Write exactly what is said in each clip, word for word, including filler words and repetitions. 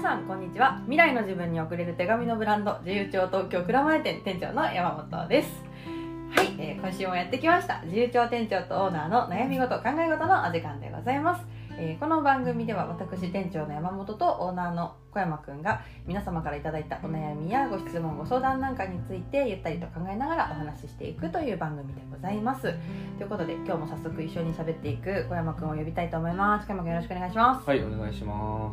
さんこんにちは。未来の自分に送れる手紙のブランド、自由帳東京蔵前店店長の山本です。はい、えー、今週もやってきました自由帳店長とオーナーの悩み事考え事のお時間でございます。えー、この番組では私店長の山本とオーナーの小山くんが皆様からいただいたお悩みやご質問ご相談なんかについてゆったりと考えながらお話ししていくという番組でございます。ということで今日も早速一緒に喋っていく小山くんを呼びたいと思います。小山くんよろしくお願いします。 はい、お願いします。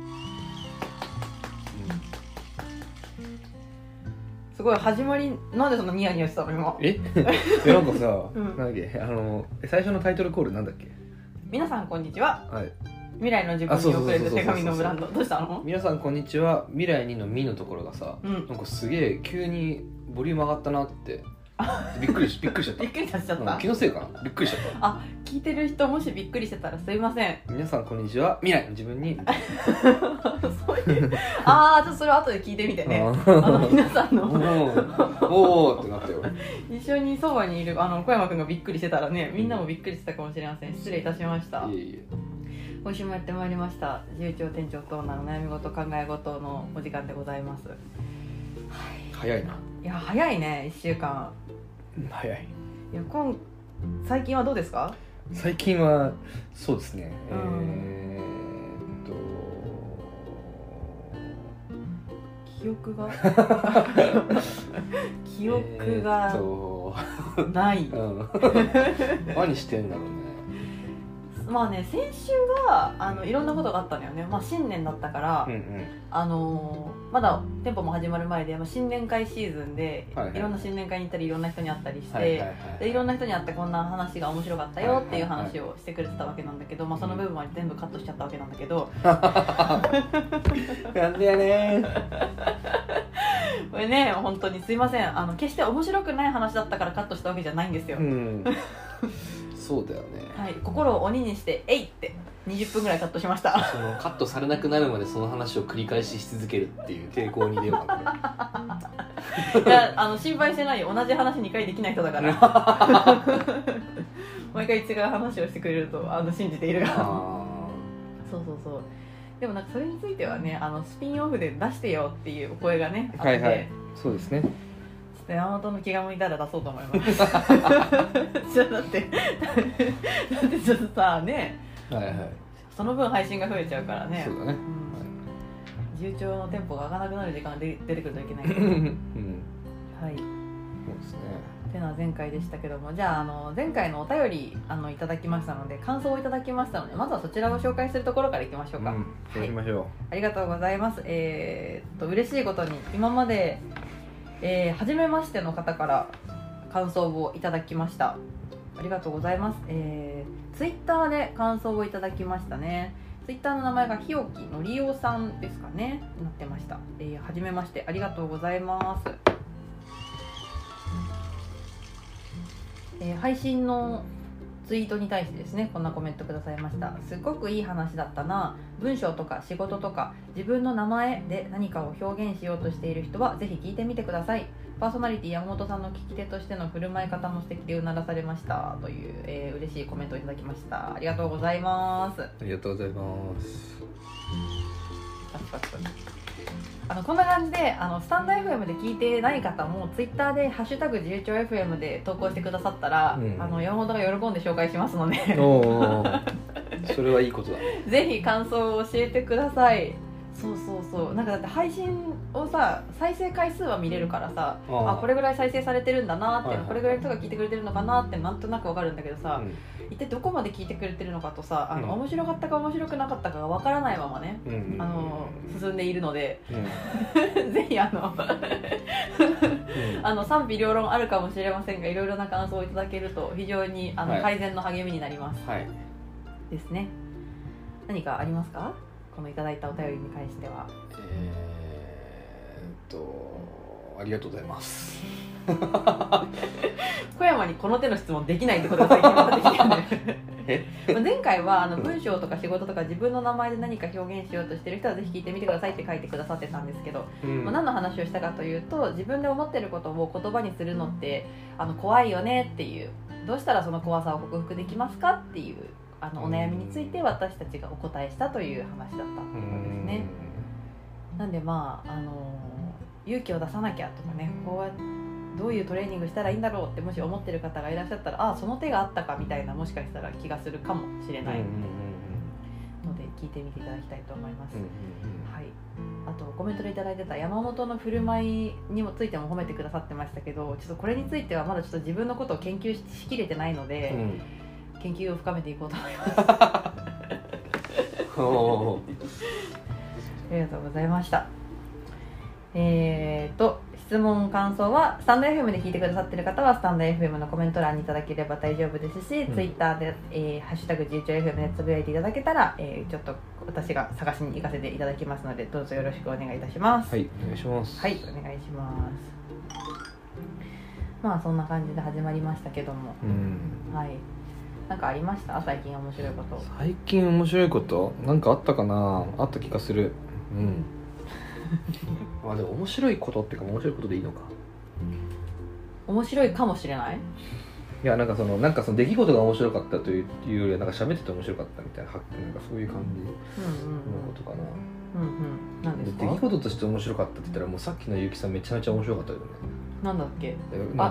すごい始まりなんでそんなニヤニヤしてたの今。 ええなんかさ、 うん、 なんだっけあの最初のタイトルコールなんだっけ。 皆さんこんにちは、 はい、 未来の自分に送れる手紙のブランド。どうしたの？ 皆さんこんにちは、未来にのみのところがさ、うん、なんかすげえ急にボリューム上がったなってびっくりしびっくりしちゃった。 びっくりさせちゃった、 うん、気のせいかな。びっくりしちゃった。 あ、聞いてる人もしびっくりしてたらすいません。 皆さんこんにちは、未来の自分にそういうあー、ちょっとそれを後で聞いてみてね。あの皆さんのおーってなったよ。 一緒にそばにいるあの小山くんがびっくりしてたらね、みんなもびっくりしてたかもしれません。失礼いたしました。 いえいえ。 今週もやってまいりました自由帳店長とオーナーの悩み事考え事のお時間でございます。はい、 早いな。 いや早いね、いっしゅうかん。 早い。 いや今最近はどうですか？ 最近はそうですね、うん、えー、っと記憶が記憶がない、えーうん、何してんだろうね。 まあね、先週はあのいろんなことがあったんだよね。まあ、新年だったから、うんうん、あのー、まだ店舗も始まる前で、まあ、新年会シーズンで、はいはい、いろんな新年会に行ったりいろんな人に会ったりして、はいはいはい、でいろんな人に会ってこんな話が面白かったよっていう話をしてくれてたわけなんだけど、まあ、その部分は全部カットしちゃったわけなんだけど、 なんでやねーこれね、本当にすいません。あの決して面白くない話だったからカットしたわけじゃないんですよ、うん、 そうだよね。 はい、心を鬼にしてえいってにじゅっぷんぐらいカットしました。 そのカットされなくなるまでその話を繰り返しし続けるっていう抵抗に出ようかな。いや、あの心配してないよ。同じ話にかいできない人だから毎回違う話をしてくれるとあの信じているがそうそうそう。でもなんかそれについてはね、あのスピンオフで出してよっていうお声がねあって、はいはい、 そうですね。 山本の気が向いたら出そうと思いますじゃあだってだってちょっとさね、はいはい、その分配信が増えちゃうからね。 そうだね、うん、 自由帳の店舗が開かなくなる時間が出てくるといけないけど、うん、はい、そうですね。 っていうのは前回でしたけども、じゃあ、あの前回のお便りあのいただきましたので、感想をいただきましたので、まずはそちらを紹介するところからいきましょうか。うん、 はい、行きましょう。 ありがとうございます。えー、っと嬉しいことに今までえー、初めましての方から感想をいただきました。ありがとうございます。えー、ツイッターで感想をいただきましたね。ツイッターの名前がひよきのりおさんですかね、なってました。えー、初めまして、ありがとうございます。えー、配信のツイートに対してですね、こんなコメントくださいました。すっごくいい話だったな。文章とか仕事とか自分の名前で何かを表現しようとしている人はぜひ聞いてみてください。パーソナリティ山本さんの聞き手としての振る舞い方も素敵でうならされましたという、えー、嬉しいコメントをいただきました。ありがとうございます。 ありがとうございます。 パチパチパチ。あのこんな感じであのスタンド エフエム で聞いてない方もツイッターでハッシュタグ自由帳 エフエム で投稿してくださったら、うん、あの山本が喜んで紹介しますのでおそれはいいことだね。 ぜひ感想を教えてください。そうそうそう、なんかだって配信をさ、再生回数は見れるからさ、ああこれぐらい再生されてるんだなって、はいはい、これぐらいの人が聞いてくれてるのかなってなんとなくわかるんだけどさ、うん、一体どこまで聞いてくれてるのかとさ、あの、うん、面白かったか面白くなかったかがわからないままね、うん、あの進んでいるので、うん、ぜひあのあの賛否両論あるかもしれませんが、いろいろな感想をいただけると非常にあの、はい、改善の励みになります、はい、ですね。何かありますか？このいただいたお便りに関しては。 えー、っとありがとうございます小山にこの手の質問できないってことが最近分かってきたよねえ前回はあの文章とか仕事とか自分の名前で何か表現しようとしてる人はぜひ聞いてみてくださいって書いてくださってたんですけど、うん、まあ、何の話をしたかというと、自分で思ってることを言葉にするのってあの怖いよねっていう、どうしたらその怖さを克服できますかっていうあのお悩みについて私たちがお答えしたという話だったっていうことですね。 なんでまああの勇気を出さなきゃとかね、こうやってどういうトレーニングしたらいいんだろうってもし思ってる方がいらっしゃったら、ああその手があったかみたいな、もしかしたら気がするかもしれないので聞いてみていただきたいと思います、うんうんうん、はい。あとコメントでいただいてた山本の振る舞いにもついても褒めてくださってましたけど、ちょっとこれについてはまだちょっと自分のことを研究しきれてないので、うん、研究を深めていこうと思いますありがとうございました。えーと質問感想はスタンド エフエム で聞いてくださっている方はスタンド エフエム のコメント欄にいただければ大丈夫ですし、うん、ツイッターで、えー、ハッシュタグ ジーエイチオーエフエム でつぶやいていただけたら、えー、ちょっと私が探しに行かせていただきますので、どうぞよろしくお願いいたします。 はい、お願いします。 はい、お願いします。まあそんな感じで始まりましたけども、うん、はい。なんかありました最近面白いこと？ 最近面白いことなんかあったかな。あった気がする。うんまあでも面白いことっていうか面白いことでいいのか。 面白いかもしれない。 いやなんかそのなんかその出来事が面白かったというよりはなんか喋ってて面白かったみたいな、なんかそういう感じのことかな。うんうん。何ですか？出来事として面白かったって言ったらもうさっきのゆうきさんめちゃめちゃ面白かったよね。 なんだっけ？あ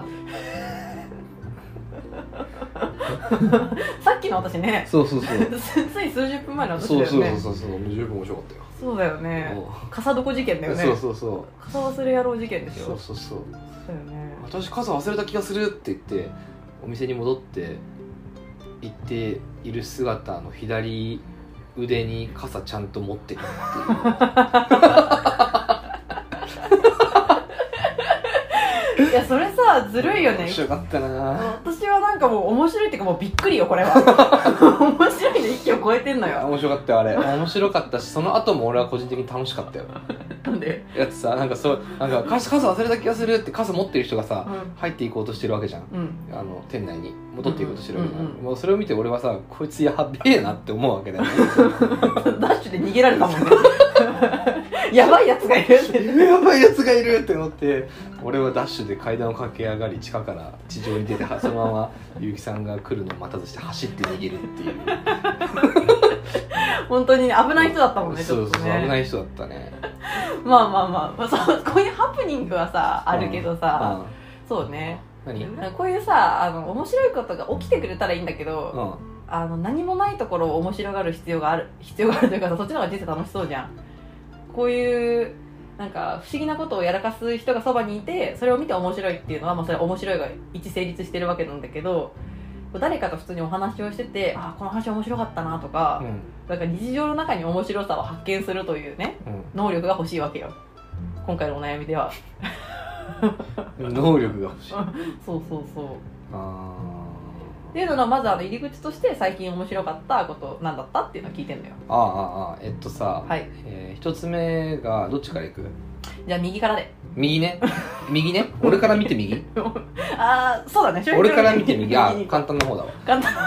さっきの私ね。 そうそうそう。 つい数十分前の私だよね。 そうそうそうそう。十分面白かったよ。 そうだよね。傘どこ事件だよね。 そうそうそう。 傘忘れ野郎事件ですよ。 そうそうそう。 そうよね。 私傘忘れた気がするって言ってお店に戻って行っている姿の左腕に傘ちゃんと持ってるっていう。いやそれさずるいよね。 面白かったな。 私はなんかもう面白いっていうかもうびっくりよこれは。面白いの域を超えてんのよ。 面白かったよあれ。面白かったしその後も俺は個人的に楽しかったよ。 なんで？ やってさなんかそうなんか傘忘れた気がするって傘持ってる人がさ、うん、入っていこうとしてるわけじゃん、うん、あの店内に戻っていこうとしてるわけじゃん、うんうんうん、もうそれを見て俺はさこいつやべえなって思うわけだよね。 ダッシュで逃げられたもんね。やばいやつがいるってやばいやつがいるって思って俺はダッシュで階段を駆け上がり地下から地上に出てそのまま結城さんが来るのを待たずして走って逃げるっていう。 本当に危ない人だったもんね。 そうそうそう、 ちょっとね、 危ない人だったね。 まあまあまあ、まあ、そうこういうハプニングはさあるけどさ、うん、そうね。 何？ こういうさあの面白いことが起きてくれたらいいんだけど、うん、あの何もないところを面白がる必要がある必要があるというかさ、そっちの方が人生楽しそうじゃん。こういうなんか不思議なことをやらかす人がそばにいてそれを見て面白いっていうのは、まあ、それ面白いが一成立してるわけなんだけど、誰かと普通にお話をしてて、あこの話面白かったなとか、うん、なんか日常の中に面白さを発見するというね、うん、能力が欲しいわけよ今回のお悩みでは。 能力が欲しい。 そうそうそう。あっていうのはまずあの入り口として最近面白かったことなんだったっていうのを聞いてんのよ。 ああああえっとさ、はいえー、一つ目がどっちからいく？ じゃあ右からで。 右ね右ね俺から見て右。 ああそうだね。 俺から見て右。あ簡単な方だわ。 簡単。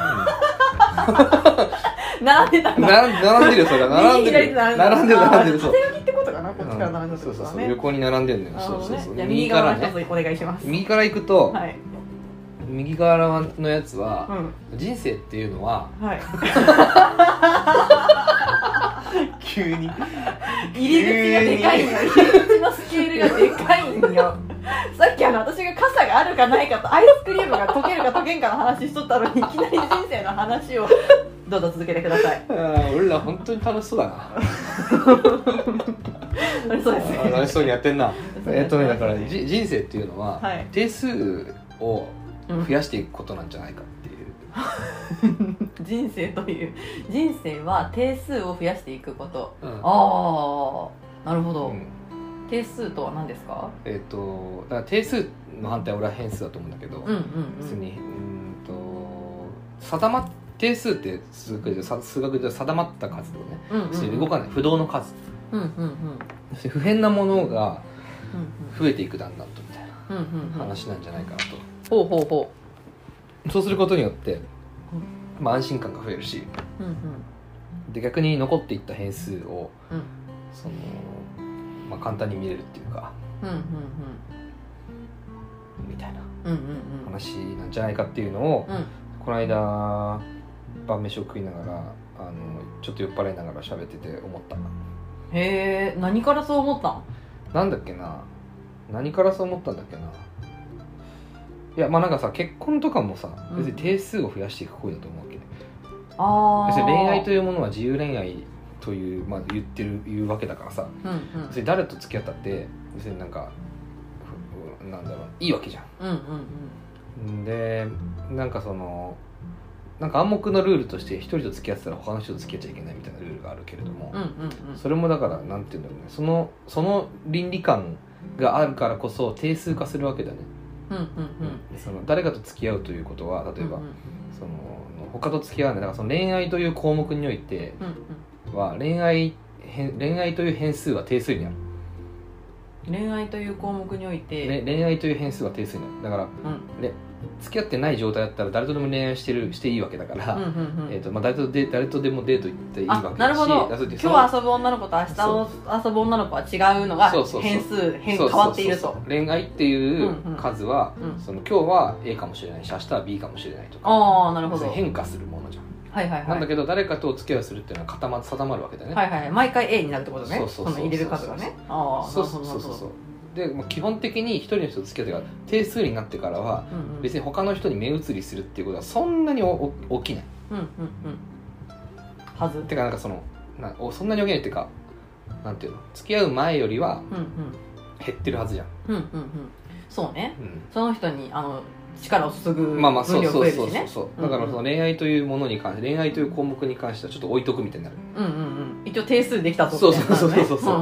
並んでたんだ。 並んでるよそれは。並んでる並んでる並んでる。 縦書きってことかな、こっちから並んでる、 そうそうそう横に並んでるのよ。そうそうそう。 じゃあ右側の一つお願いします。 右から行くと、右側のやつは、人生っていうのは、急に入り口がでかいのよ。入り口のスケールがでかいんよ。さっきあの私が傘があるかないかとアイスクリームが溶けるか溶けんかの話しとったのにいきなり人生の話をどうぞ続けてください。 あ俺ら本当に楽しそうだな。 楽しそうですね。 楽しそうにやってんな。えっとねだからじ人生っていうのは、はい、定数を増やしていくことなんじゃないかっていう。 人生という人生は定数を増やしていくこと、うん、ああなるほど、うん、定数とは何ですか？ えっ、ー、とだから定数の反対は俺は変数だと思うんだけど、うんうんうん、別にうんと定ま定数って数学で数学で定まった数をね、うんうんうん、動かない不動の数、うんうんうん、不変なものが増えていくだんだんとみたいな話なんじゃないかなと、 ほうほうほうそうすることによって、まあ、安心感が増えるし、うんうん、で逆に残っていった変数を、うん、そのまあ、簡単に見れるっていうか、うんうんうん、みたいな話なんじゃないかっていうのを、うん、この間晩飯を食いながらあのちょっと酔っ払いながら喋ってて思った。 へえ、何からそう思ったん？ なんだっけな、何からそう思ったんだっけな。いやまあなんかさ、結婚とかもさ、別に定数を増やしていく行為だと思うわけ、ね、 あ別に恋愛というものは自由恋愛という、まあ、言ってる言うわけだからさ、 うんうん、 別に誰と付き合ったって別になんかなんだろう、いいわけじゃん、 うんうんうん、でなんかそのなんか暗黙のルールとして一人と付き合ってたら他の人と付き合っちゃいけないみたいなルールがあるけれども、 うんうんうん、 それもだからなんていうんだろうね、そのその倫理観があるからこそ定数化するわけだね、 うんうんうん、 その誰かと付き合うということは例えば、うんうん、その他と付き合わない、だからその恋愛という項目においては、うんうん、恋愛恋愛という変数は定数になる。 恋愛という項目において恋愛という変数は定数になる。だから、うん、付き合ってない状態だったら誰とでも恋愛してるしていいわけだから、うんうんうん、えーとまあ、誰とで誰とでもデート行っていいわけだし、 なるほど、今日遊ぶ女の子と明日遊ぶ女の子は違うのが変数変変わっていると。 恋愛っていう数は、うんうん、その今日は A かもしれないし明日は B かもしれないとか、 あ、なるほど、 変化するものじゃん。 はいはいはい、 なんだけど誰かとお付き合いするっていうのは固ま定まるわけだよね。 はいはい、毎回 A になるってことね。 そうそうそうそう、 その入れる数がね。ああ、 そうそうそうそう。でも基本的に一人の人と付き合ってから定数になってからは、うんうん、別に他の人に目移りするっていうことはそんなにおお起きない。 うんうんうん。はず。 てかなんかそのなそんなに起きないっていうか、なんていうの、付き合う前よりは減ってるはずじゃん。 うんうんうん。そうね。うん、その人にあの力を注ぐ分量増えるしね。 だからその恋愛というものに関して、恋愛という項目に関してはちょっと置いとくみたいになる。 うんうんうん。一応定数できたぞって、ね、そうそうそうそうそう。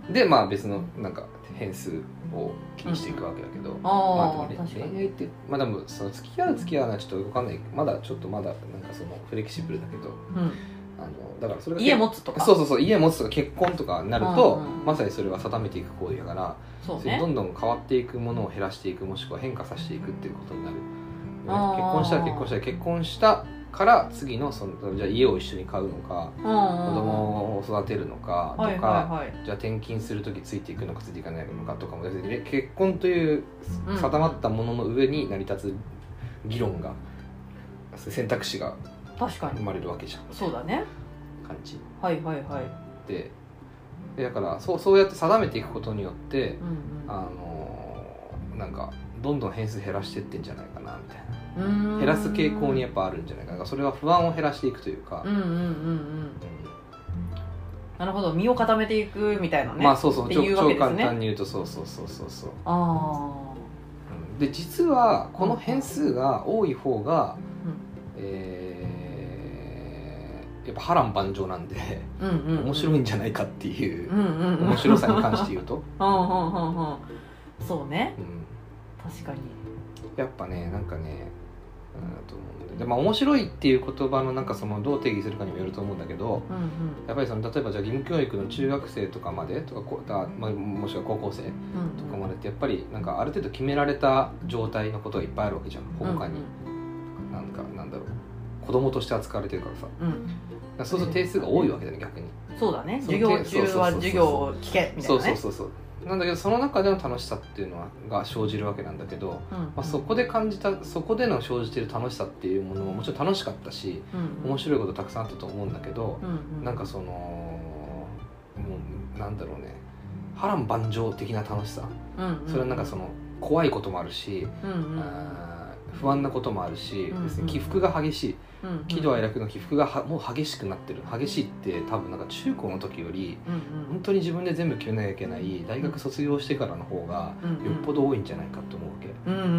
でまあ別のなんか変数を気にしていくわけだけど、うん、 あ、 まあでも恋愛ってまあでもその付き合う付き合わないちょっと分かんない、まだちょっとまだなんかそのフレキシブルだけど、うん、あのだからそれが家持つとか、 そうそうそう、家持つとか結婚とかになると、うんうん、まさにそれは定めていく行為だから、そうね、どんどん変わっていくものを減らしていく、もしくは変化させていくっていうことになる。結婚したら結婚したら結婚したから次のそのじゃあ家を一緒に買うのか、子供を育てるのかとか、はいはいはい、じゃあ転勤する時ついていくのかついていかないのかとかも、結婚という定まったものの上に成り立つ議論が、うん、選択肢が生まれるわけじゃん。 そうだね、 感じ。 はいはいはい。 でだからそうそうやって定めていくことによって、うんうん、あのなんかどんどん変数減らしていってんじゃないかなみたいな。減らす傾向にやっぱあるんじゃないかな。それは不安を減らしていくというか、うんうんうんうん、うん、 なるほど、身を固めていくみたいなね。 まあそうそう、 っていうわけですね。 超簡単に言うとそうそうそうそうそう。 あ、 うん、で実はこの変数が多い方が、うん、えー、やっぱ波乱万丈なんで、うんうんうん、面白いんじゃないかっていう、うんうんうん、面白さに関して言うと、 うんうんうんうん、そうね、うん、確かにやっぱね、なんかね、うん、と思うんで、で、まあ、面白いっていう言葉のなんかそのどう定義するかにもよると思うんだけど、うんうん、やっぱりその例えばじゃあ義務教育の中学生とかまでとかこだ、まあ、もしくは高校生とかまでってやっぱりなんかある程度決められた状態のことがいっぱいあるわけじゃん、他に、うんうん、なんかなんだろう、子供として扱われてるからさ、うん、からそうすると定数が多いわけだね、逆に。 そうだね、授業中は授業を聞けみたいなね。 そうそうそうそう。なんだけどその中での楽しさっていうのはが生じるわけなんだけど、うんうん、まあ、そこで感じたそこでの生じてる楽しさっていうものももちろん楽しかったし、うんうん、面白いことたくさんあったと思うんだけど、うんうん、なんかそのもうなんだろうね、波乱万丈的な楽しさ、うんうんうん、それはなんかその怖いこともあるし、うんうん、あ不安なこともあるし、うんうん、別に起伏が激しい、うんうん、喜怒哀楽の起伏がはもう激しくなってる。激しいって多分なんか中高の時より、うんうん、本当に自分で全部決めなきゃいけない大学卒業してからの方がよっぽど多いんじゃないかと思うわけ。 うんうんうんうん、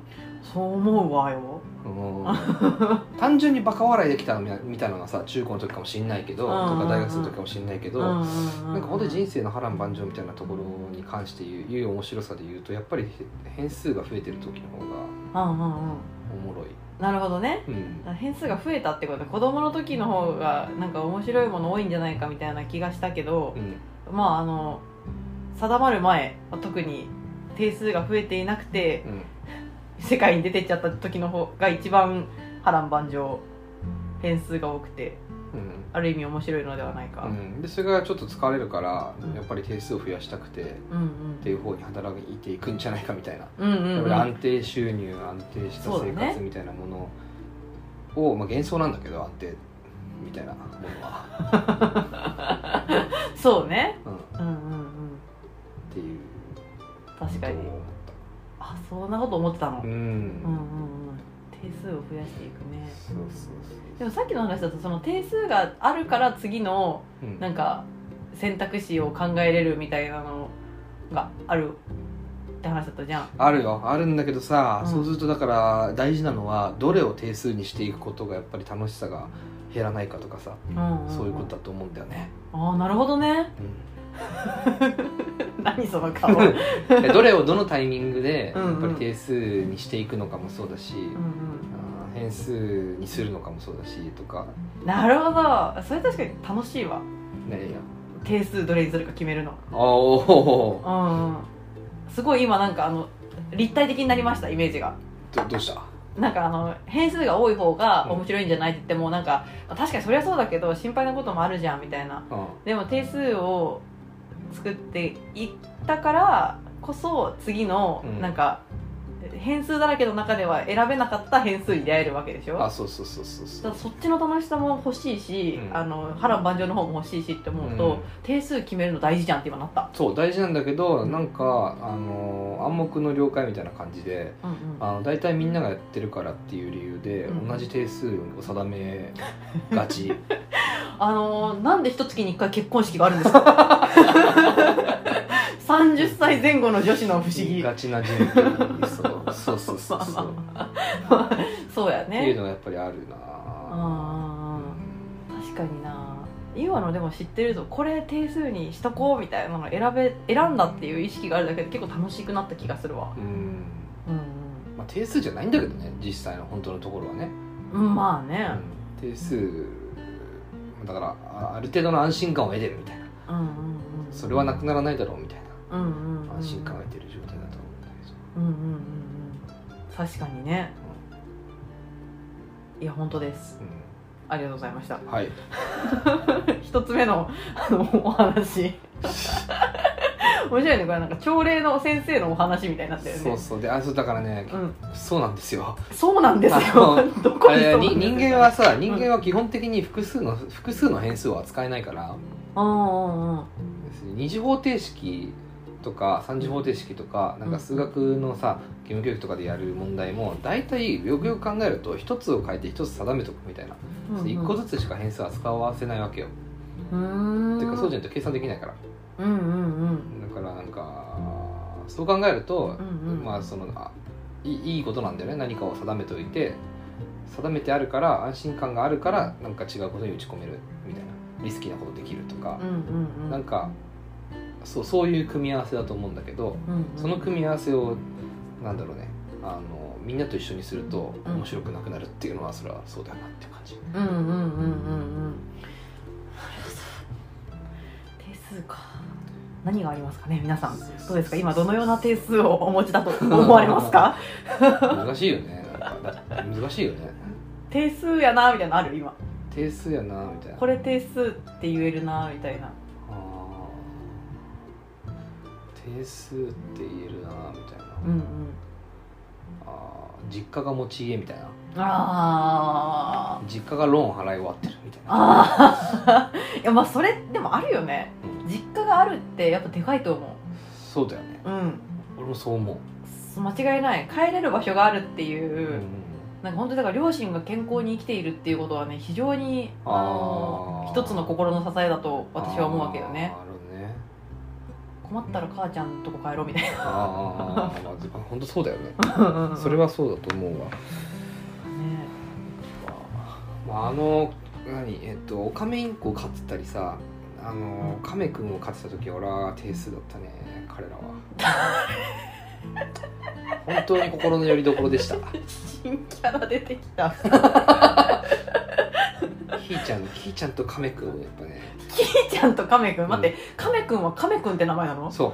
そう思うわよ。 単純にバカ笑いできたみたいなのがさ中高の時かもしんないけど、とか大学生の時かもしんないけど、なんか本当に人生の波乱万丈みたいなところに関して言う、言う面白さで言うとやっぱり変数が増えてる時の方がおもろい。 なるほどね、うん、変数が増えたってことで子供の時の方がなんか面白いもの多いんじゃないかみたいな気がしたけど、うん、まああの定まる前は特に定数が増えていなくて、うん、世界に出てっちゃった時の方が一番波乱万丈、変数が多くて、うん、ある意味面白いのではないか、うん、 でそれがちょっと疲れるから、うん、やっぱり定数を増やしたくて、うんうん、っていう方に働いていくんじゃないかみたいな、うんうんうん、安定収入、安定した生活みたいなものを、ね、まあ、幻想なんだけど安定みたいなものはそうね、 うん、 うんうんうんっていう確かにあそんなこと思ってたの、うん、うんうんうん定数を増やしていくね。 そうそうそう。 でもさっきの話だとその定数があるから次のなんか選択肢を考えれるみたいなのがあるって話だったじゃん。 あるよあるんだけどさ、うん、そうするとだから大事なのはどれを定数にしていくことがやっぱり楽しさが減らないかとかさ、うんうんうん、そういうことだと思うんだよね。 ああなるほどね、うん、何その顔どれをどのタイミングでやっぱり定数にしていくのかもそうだし、うんうん、変数にするのかもそうだしとか。 なるほどそれ確かに楽しいわ。 何や定数どれにするか決めるの。 あお、 うん、すごい今なんかあの立体的になりましたイメージが。 ど, どうしたなんかあの変数が多い方が面白いんじゃないって言っても、うん、なんか確かにそりゃそうだけど心配なこともあるじゃんみたいな、うん、でも定数を作っていったからこそ次のなんか、うん、変数だらけの中では選べなかった変数に出会えるわけでしょ。 あそうそうそうそうそう。 だからそっちの楽しさも欲しいし、うん、あの波乱万丈の方も欲しいしって思うと、うん、定数決めるの大事じゃんって今なった。 そう大事なんだけど、なんかあの暗黙の了解みたいな感じで、うんうん、あの大体みんながやってるからっていう理由で、うん、同じ定数を定めがちあのなんで一月にいっかい結婚式があるんですかさんじゅっさいぜん後の女子の不思議ガチな人類そうそうそうそうそうそうやねっていうのがやっぱりあるなあ、うん、確かにな。今のでも知ってるとこれ定数にしとこうみたいなのを選べ選んだっていう意識があるだけで結構楽しくなった気がするわ。うん、うんうんまあ、定数じゃないんだけどね実際の本当のところはね、 うん、まあね、 うん、定数だからある程度の安心感を得てるみたいな、うんうんうん、それはなくならないだろうみたいな、うんうんうん、安心感を得てる状態だと思うんだけど、うんうんうんうん、 確かにね、うん、いや本当です、うん、ありがとうございました。 はい一つ目のあのお話面白いねこれ。なんか朝礼の先生のお話みたいになってるね。 そうそうであそうだからね、うん、そうなんですよそうなんですよどこにそうなんですか。 人間はさ人間は基本的に複数の複数の変数を扱えないから、うんうんうん、二次方程式とか三次方程式とかなんか数学のさ義務教育とかでやる問題も大体よくよく考えると一つを変えて一つ定めとくみたいな、うんうん、一個ずつしか変数扱わせないわけよ。うーんっていうかそうじゃないと計算できないから、うんうんうん、だからなんかそう考えると、うんうん、まあそのあいい、いいことなんだよね。何かを定めておいて定めてあるから安心感があるからなんか違うことに打ち込めるみたいなリスキーなことできるとか、うんうんうん、なんかそう、そういう組み合わせだと思うんだけど、うんうん、その組み合わせをなんだろうねあのみんなと一緒にすると面白くなくなるっていうのはそれはそうだよなっていう感じ。うんうんうんうんうん定数か何がありますかね皆さん。どうですか今どのような定数をお持ちだと思われますか難しいよねなんか難しいよね定数やなみたいなのある今。 定数やなみたいなこれ定数って言えるなみたいな。 定数って言えるなみたいな、うんうん、あ実家が持ち家みたいな。あ実家がローン払い終わってるみたいな。 あいやまあそれでもあるよね、うん、実家があるってやっぱでかいと思う。 そうだよね、うん、俺もそう思う。 間違いない。帰れる場所があるっていう、うん、なんか本当にだから両親が健康に生きているっていうことはね非常にあの一つの心の支えだと私は思うわけよね。困ったら母ちゃんとこ帰ろうみたいな。ああ本当そうだよねそれはそうだと思うわ、ねまあ、あの何えっとオカメインコを飼ってたりさあの、うん、カメ君を飼ってた時は俺は定数だったね彼らは本当に心の拠り所でした新キャラ出てきたひーちゃんひーちゃんとカメ君やっぱねひーちゃんとカメ君、うん、待ってカメ君はカメ君って名前なの？ そう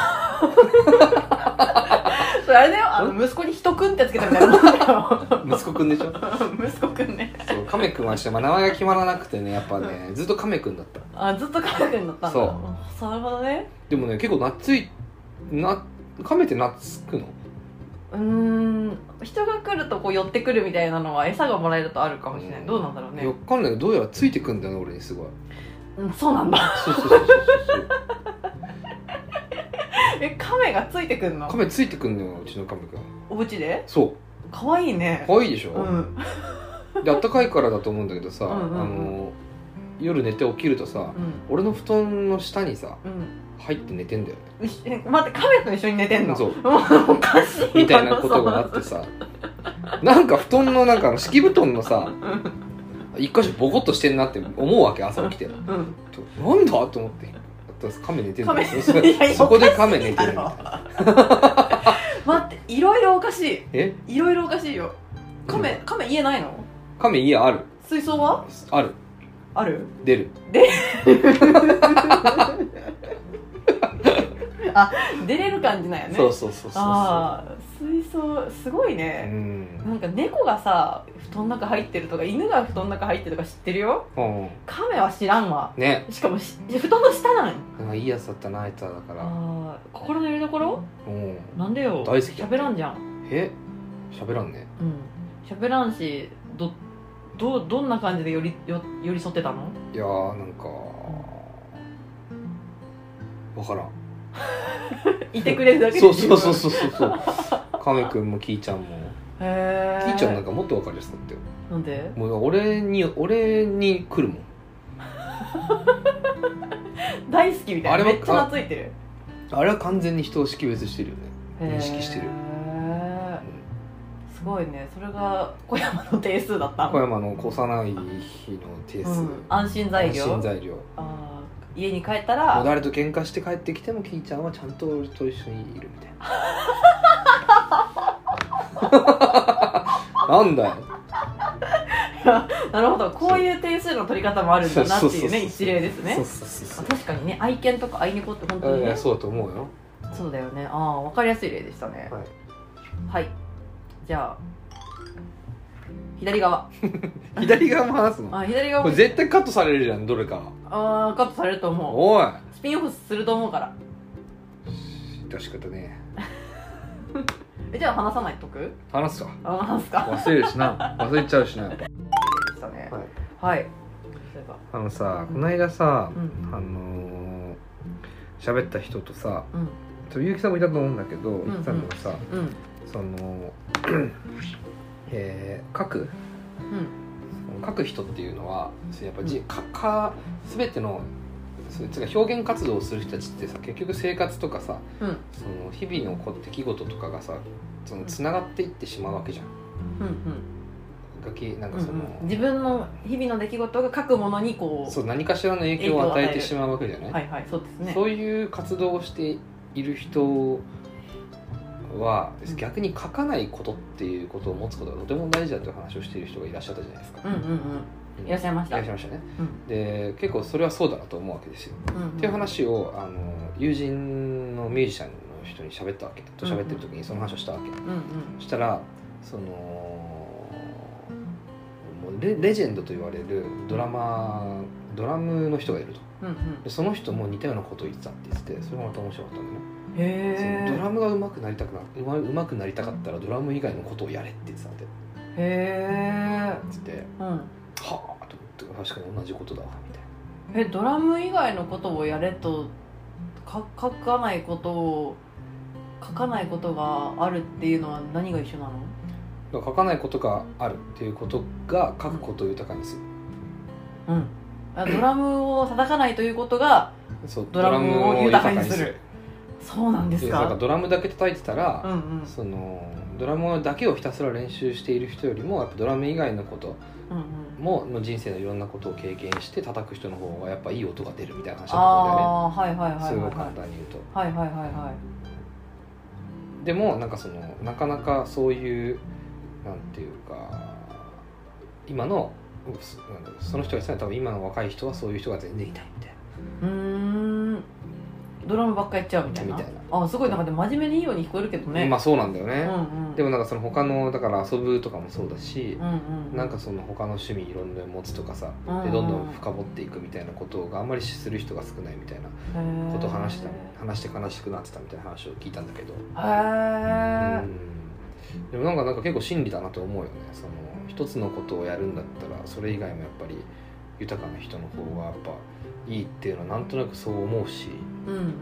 それあれだよあの息子に人くんってつけたみたいなもんだよ息子くんでしょ息子くんねそうカメ君はして、まあ、名前が決まらなくてねやっぱね、うん、ずっとカメ君だったあずっとカメ君だったんだそうなるほどね。 でもね結構懐いなカメって懐くの？ うーん人が来るとこう寄ってくるみたいなのは餌がもらえるとあるかもしれない、うん、どうなんだろうね。 分かんないけどどうやらついてくんだよね俺にすごい。 うん、そうなんだ。 そうそうそうそうそうえ、亀がついてくんの？ 亀ついてくんのよ、うちの亀くん。 お家で？ そう。 かわいいね。 かわいいでしょ、 うん、 であったかいからだと思うんだけどさ、うんうんうん、あの夜寝て起きるとさ、うん、俺の布団の下にさ、うん、入って寝てんだよね。待って、亀と一緒に寝てんの？ そうおかしいみたいなことがあってさなんか布団のなんか敷布団のさ、一箇所ボコッとしてんなって思うわけ、朝起きて、うん、なんだと思って、亀寝てるんだよ。そこで亀寝てるみたいな待って、いろいろおかしい。 え、 いろいろおかしいよ。亀、亀家ないの？ 亀家ある。 水槽は？ ある。 ある？ 出る。 であ、出れる感じなんやね。 そうそうそうそうそう。 ああ、水槽すごいね。うん、なんか猫がさ布団の中入ってるとか犬が布団の中入ってるとか知ってるよ、うん、亀は知らんわね。 しかもし布団の下なん。 なんかいいやつだったなあいつは。だからあ、心の拠り所。うん、なんでよ。 大好き。 喋らんじゃん。 え、喋らんね。 うん、喋らんし、どどどんな感じで寄りよ寄り添ってたの？ いやー、なんかわからんいてくれるだけで。 そうそうそうそうそう亀くんもキーちゃんも。 へー。 キーちゃんなんかもっと分かりやすかったよ。 なんで？ もう俺に俺に来るもん大好きみたいな。あれめっちゃ懐いてる。 あれは完全に人を識別してるよね。認識してる。 すごいね。それが小山の定数だったの？ 小山の越さない日の定数、うん、 安心材料。 安心材料。 あ、家に帰ったらもう誰と喧嘩して帰ってきてもキーちゃんはちゃんと俺と一緒にいるみたいななんだよ。 いや、なるほど、こういう定数の取り方もあるんだなっていうね、一例ですね。 そうそうそうそう。 確かにね、愛犬とか愛猫って本当にね。 そうだと思うよ。 そうだよね。ああ、分かりやすい例でしたね。はい、はい、じゃあ左側左側も話すの？ あ、左側も。 これ絶対カットされるじゃん、どれか。 ああ、カットされると思う。 おい、 スピンオフすると思うから。 致し方ねえ。じゃあ話さないとく？ 話すか。 あ、話すか。 忘れるしな忘れちゃうしな。 でしたね。はい、はい、 あのさ、この間さ、うん、あのー、喋った人とさ、うん、結城さんもいたと思うんだけど、言ってたのがさ、うん、そのえー、書く、うん、書く人っていうのはやっぱじ、うん、かか全ての表現活動をする人たちってさ、結局生活とかさ、うん、その日々の出来事とかがさ、そのつながっていってしまうわけじゃん。うんうん、なんかその、うんうん、 自分の日々の出来事が書くものにこう、 そう、何かしらの影響を与えてしまうわけじゃない。 はいはい、そうですね。 そういう活動をしている人は逆に書かないことっていうことを持つことがとても大事だという話をしている人がいらっしゃったじゃないですか。 うんうんうん、いらっしゃいました。 いらっしゃいましたね。うん、で、結構それはそうだなと思うわけですよ。うんうん、っていう話をあの友人のミュージシャンの人に喋ったわけと喋ってる時にその話をしたわけ。うんうん、そしたらそのもう レ, レジェンドと言われるドラマドラムの人がいると。うんうん、でその人も似たようなことを言ってたって言ってて、それがまた面白かったんだよね。へドラムが上手くなりたくなうま、上手くなりたかったらドラム以外のことをやれって言ってたんで。へえっつって、うん、はあと思って確かに同じことだわみたいな。 え、ドラム以外のことをやれとか書かないことを書かないことがあるっていうのは何が一緒なの？ 書かないことがあるっていうことが書くことを豊かにする。うん、 うん、ドラムを叩かないということがそうドラムを豊かにする。そうなんですか。 なんかドラムだけ叩いてたら、うんうん、そのドラムだけをひたすら練習している人よりもやっぱドラム以外のこともの人生のいろんなことを経験して叩く人の方がやっぱいい音が出るみたいな話だと思うんだよね。 あ、はいはいはいはい、 すごい簡単に言うと。 はいはいはいはい。 でもなんかそのなかなかそういうなんていうか今のその人が言ってたら多分今の若い人はそういう人が全然いないみたいな。うーん、 ドラムばっかやっちゃうみたいな。みたいな。あ、すごいなんかで真面目でいいように聞こえるけどね。 まあそうなんだよね。うんうん、でもなんかその他のだから遊ぶとかもそうだし、うんうん、なんかその他の趣味いろんな持つとかさ、うんうん、でどんどん深掘っていくみたいなことがあんまりする人が少ないみたいなことを話してた話して悲しくなってたみたいな話を聞いたんだけど。へー、うん、でもなんかなんか結構真理だなと思うよね。その一つのことをやるんだったらそれ以外もやっぱり豊かな人の方がやっぱいいっていうのはなんとなくそう思うし、 うんうんうんうん、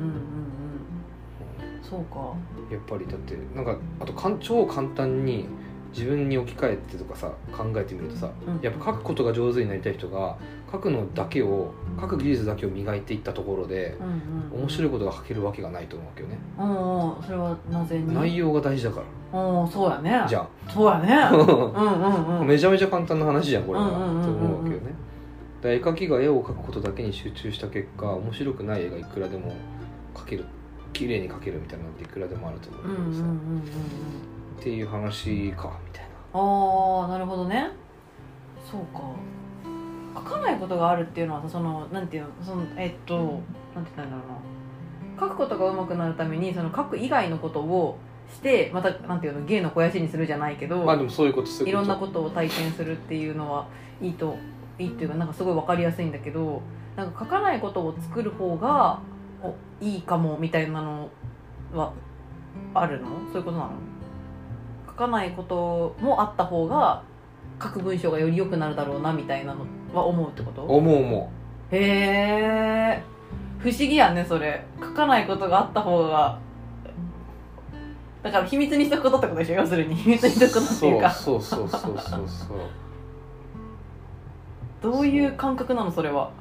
そうか。 やっぱりだってなんかあとかん超簡単に自分に置き換えてとかさ考えてみるとさ、うん、やっぱ書くことが上手になりたい人が書くのだけを書く技術だけを磨いていったところで、うんうんうん、面白いことが書けるわけがないと思うわけよね。 うんうん、それはなぜに？ 内容が大事だから。 うん、そうやね。 じゃん。 そうやね。うんうんうん。 めちゃめちゃ簡単な話じゃんこれは、うんうんうんうん、と思うわけよね。絵描きが絵を描くことだけに集中した結果、面白くない絵がいくらでも描ける、綺麗に描けるみたいなのっていくらでもあると思うんだけどさ、うんうんうんうん、っていう話かみたいな。 ああ、なるほどね。そうか。書かないことがあるっていうのはそのなんていうの、そのえっとなんて言ったんだろうな、書くことが上手くなるためにその書く以外のことをしてまたなんていうの、芸の肥やしにするじゃないけど、 まあでもそういうこと、そういうこと、 いろんなことを体験するっていうのはいいといいっていうか、なんかすごい分かりやすいんだけど、なんか書かないことを作る方がおいいかもみたいなのはあるの？そういうことなの？書かないこともあった方が書く文章がより良くなるだろうなみたいなのは思うってこと？ 思う思う。へえ、不思議やねそれ。書かないことがあった方が、だから秘密にしとくことってことでしょ、要するに秘密にしとくことっていうか。 そうそうそうそうそうそうどういう感覚なのそれは？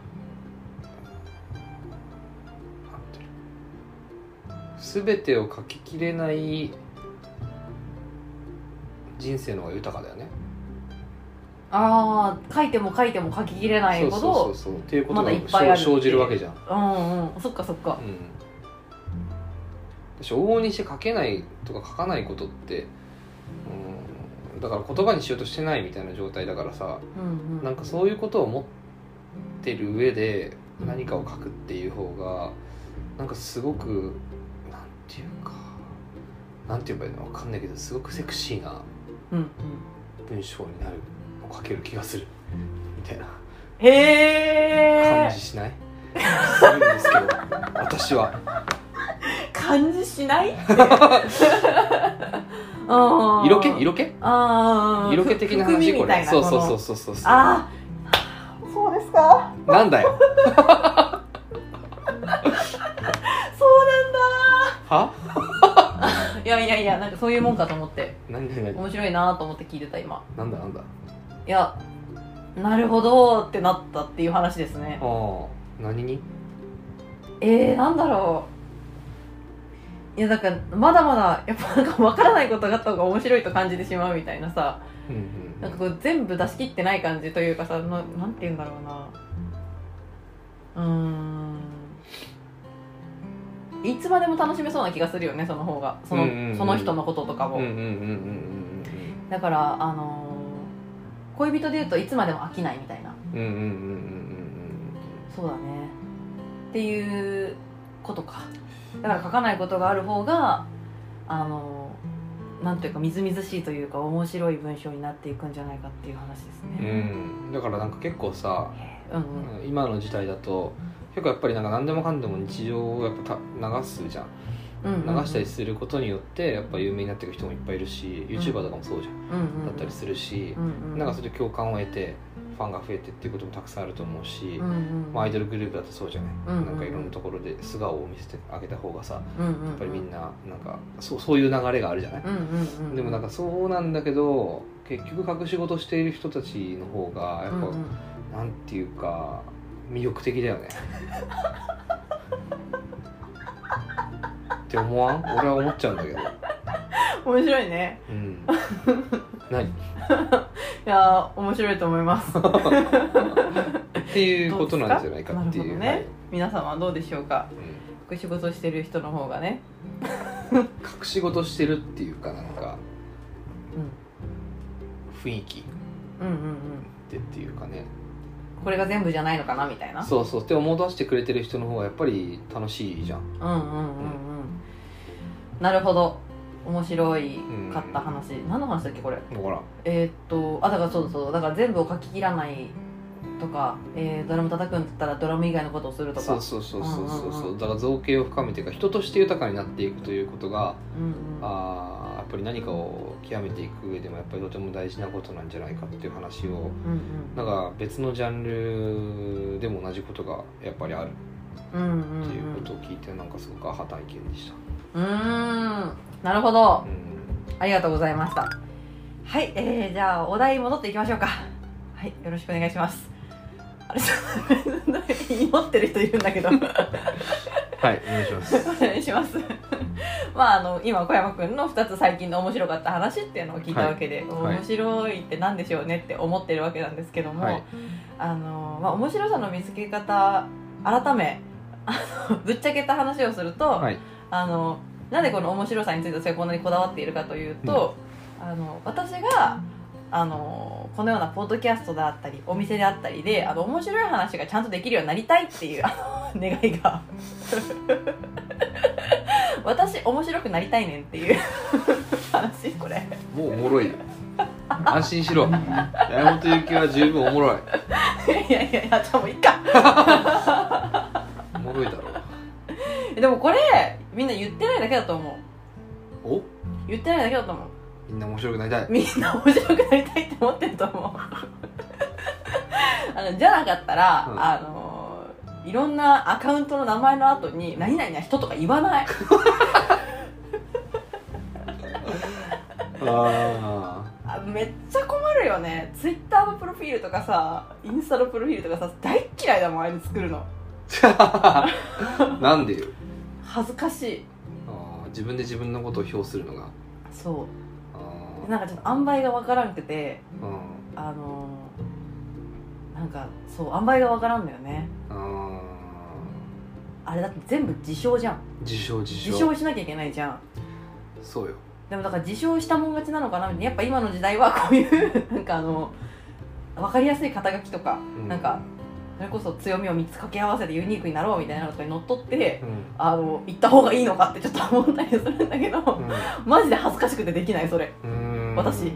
全てを書ききれない人生の方が豊かだよね。 ああ、書いても書いても書ききれないほど、 そうそうそうそうっていうことが生じるわけじゃん。 うんうん、そっかそっか。うん。 私往々にして書けないとか書かないことって、うん、だから言葉にしようとしてないみたいな状態だからさ、うんうん、なんかそういうことを持ってる上で何かを書くっていう方がなんかすごくなんていうかなんて言えばいいのか分かんないけど、すごくセクシーな文章になる、うんうん、書ける気がするみたいな感じしない？するんですけど私は感じしない？ 色気色気あ色気的な話これ。そうそうそうそうそうそう。 ああ、そうですか。 なんだよ。 そうなんだ。 は？ いやいやいや、なんかそういうもんかと思って。 何何何？ 面白いなと思って聞いてた今。 なんだなんだ。 いや、なるほどってなったっていう話ですね。 ああ、何に？ えー、なんだろう。いやだからまだまだやっぱなんか分からないことがあった方が面白いと感じてしまうみたいなさ、うんうん、なんかこう全部出し切ってない感じというかさ、な、なんて言うんだろうな、うーん、いつまでも楽しめそうな気がするよね、その方が、その、うんうんうん、その人のこととかも。だからあのー、恋人でいうといつまでも飽きないみたいな、そうだねっていうことか。だから書かないことがある方があのなんというかみずみずしいというか面白い文章になっていくんじゃないかっていう話ですね。 うん、だからなんか結構さ、うんうん、今の時代だと結構やっぱりなんか何でもかんでも日常をやっぱ流すじゃん、うんうんうん、流したりすることによってやっぱ有名になっていく人もいっぱいいるし、うん、YouTuber とかもそうじゃん、うんうんうん、だったりするし、うんうん、なんかそれで共感を得てファンが増えてっていうこともたくさんあると思うし、うんうんまあ、アイドルグループだとそうじゃない、うんうん、なんかいろんなところで素顔を見せてあげた方がさ、うんうんうん、やっぱりみんななんか そ, そういう流れがあるじゃない、うんうんうん、でもなんかそうなんだけど結局隠し事している人たちの方がやっぱ、うんうん、なんていうか魅力的だよねって思わん？俺は思っちゃうんだけど。 面白いね。 うん。何？いや面白いと思います。 っていうことなんじゃないかっていう。なるほどね。はい、 皆様はどうでしょうか。うん、隠し事してる人の方がね。 隠し事してるっていうかなんか、うん、雰囲気。 うんうんうん。 でっていうかね。 これが全部じゃないのかなみたいな。 そうそうって思い出してくれてる人の方がやっぱり楽しいじゃん。 うんうんうんうん、うん、なるほど、面白いかった話、うん、何の話だっけこれ。 ほらえー、っとあだからそうそうだから全部を書き切らないとか、えー、ドラム叩くんだったらドラム以外のことをするとか。 そうそうそうそうそう、うんうんうん、だから造形を深めていくか人として豊かになっていくということが、うんうん、あやっぱり何かを極めていく上でもやっぱりとても大事なことなんじゃないかっていう話を、うんうん、なんか別のジャンルでも同じことがやっぱりあるっていうことを聞いて、なんかすごくアハ体験でした。 うーん、なるほど、うん、ありがとうございました。はい、えー、じゃあお題戻っていきましょうか。はい、よろしくお願いします。あれ祈ってる人いるんだけどはい、 お願いしますお願いしますまああの今小山くんのふたつ最近の面白かった話っていうのを聞いたわけで、はい、面白いって何でしょうねって思ってるわけなんですけども、はい、あのまあ、面白さの見つけ方改めあのぶっちゃけた話をすると、はい、あのなんでこの面白さについて私がこんなにこだわっているかというと、うん、あの私があのこのようなポッドキャストであったりお店であったりであの面白い話がちゃんとできるようになりたいっていうあの願いが私面白くなりたいねんっていう話。これもうおもろい安心しろ山本ゆきは十分おもろいいやいやいや、じゃあもういいかおもろいだろう。でもこれみんな言ってないだけだと思う。 お言ってないだけだと思う。 みんな面白くなりたい。 みんな面白くなりたいって思ってると思うあのじゃなかったら、うん、あのいろんなアカウントの名前の後に何々な人とか言わないああめっちゃ困るよね。ツイッターのプロフィールとかさインスタのプロフィールとかさ大嫌いだもん、あれ作るのなんでよ。 恥ずかしい。 あ自分で自分のことを評するのが。 そうなんかちょっと塩梅が分からんくて、うん、あのなんかそう塩梅が分からんのよね。ああれだって全部自称じゃん。 自称自称自称しなきゃいけないじゃん。 そうよ。 でもだから自称したもん勝ちなのかなみたいな。やっぱ今の時代はこういうなんかあの分かりやすい肩書きとか、うん、なんかそれこそ強みをみっつ掛け合わせてユニークになろうみたいなのとかにのっとって、うん、あの言った方がいいのかってちょっと思ったりするんだけど、うん、マジで恥ずかしくてできないそれ。私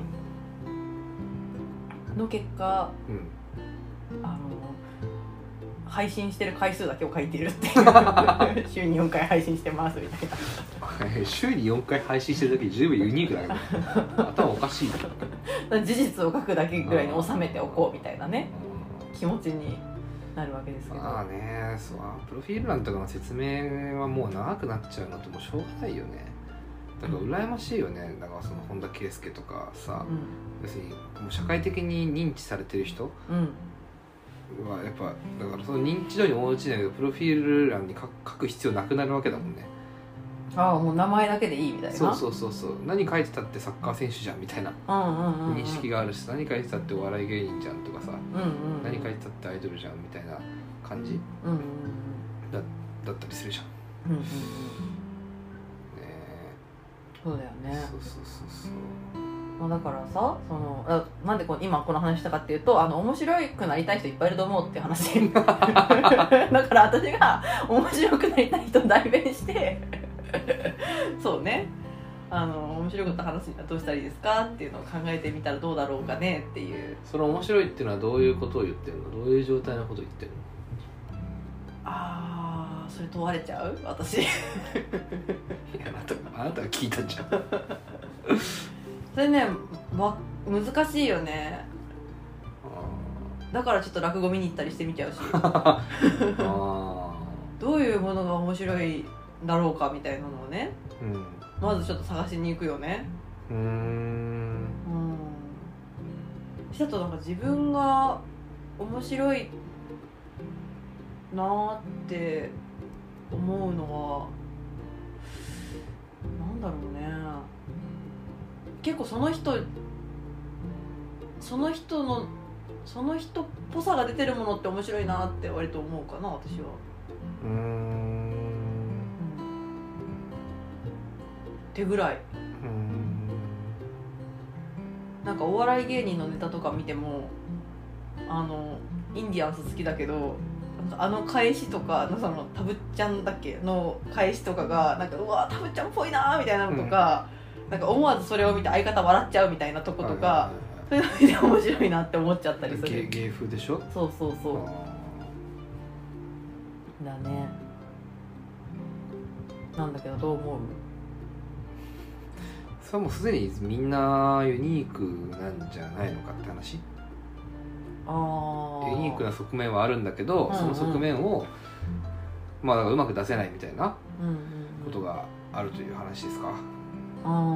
の結果、うん、あの配信してる回数だけを書いているっていう週によんかい配信してますみたいな週によんかい配信してるだけで十分ユニークだけど頭おかしい事実を書くだけぐらいに収めておこうみたいなね気持ちになるわけですけど。 ああね、そうプロフィール欄とかの説明はもう長くなっちゃうのってもうしょうがないよね。だから羨ましいよね。だからその本田圭佑とかさ、うん、要するにもう社会的に認知されてる人はやっぱだからその認知度に応じないけどプロフィール欄に書く必要なくなるわけだもんね。 ああもう名前だけでいいみたいな。 そうそうそうそう何書いてたってサッカー選手じゃんみたいな認識があるし、何書いてたってお笑い芸人じゃんとかさ、うんうんうん、何書いてたってアイドルじゃんみたいな感じ、うんうんうん、だ, だったりするじゃん。うんうんうんそうだよね。 そうそうそうそう。 まあ、だからさそのなんでこ今この話したかっていうとあの面白くなりたい人いっぱいいると思うっていう話だから私が面白くなりたい人を代弁してそうねあの面白かった話にはどうしたらいいですかっていうのを考えてみたらどうだろうかねっていう。 その面白いっていうのはどういうことを言ってるの？どういう状態のことを言ってるの？ ああそれ問われちゃう私いやあなたあなたが聞いたんじゃんそれね、ま、難しいよね。だからちょっと落語見に行ったりしてみちゃうしあどういうものが面白いだろうかみたいなのをね、うん、まずちょっと探しに行くよね。うーんうんしたとなんか自分が面白いなーって思うのはなんだろうね。結構その人その人のその人っぽさが出てるものって面白いなって割と思うかな私は。うーん、うん、ってぐらい。うーんなんかお笑い芸人のネタとか見てもあのインディアンス好きだけどあの返しとかそのタブっちゃんだっけの返しとかがなんかうわタブっちゃんっぽいなみたいなのとか、うん、なんか思わずそれを見て相方笑っちゃうみたいなとことか、そういうの見て面白いなって思っちゃったりする。 芸風でしょ。 そうそうそうだね。なんだけどどう思う？ それはもうすでにみんなユニークなんじゃないのかって話。 あユニークな側面はあるんだけど、うんうん、その側面をまあだからうまく出せないみたいなことがあるという話ですか。 うんうんうん、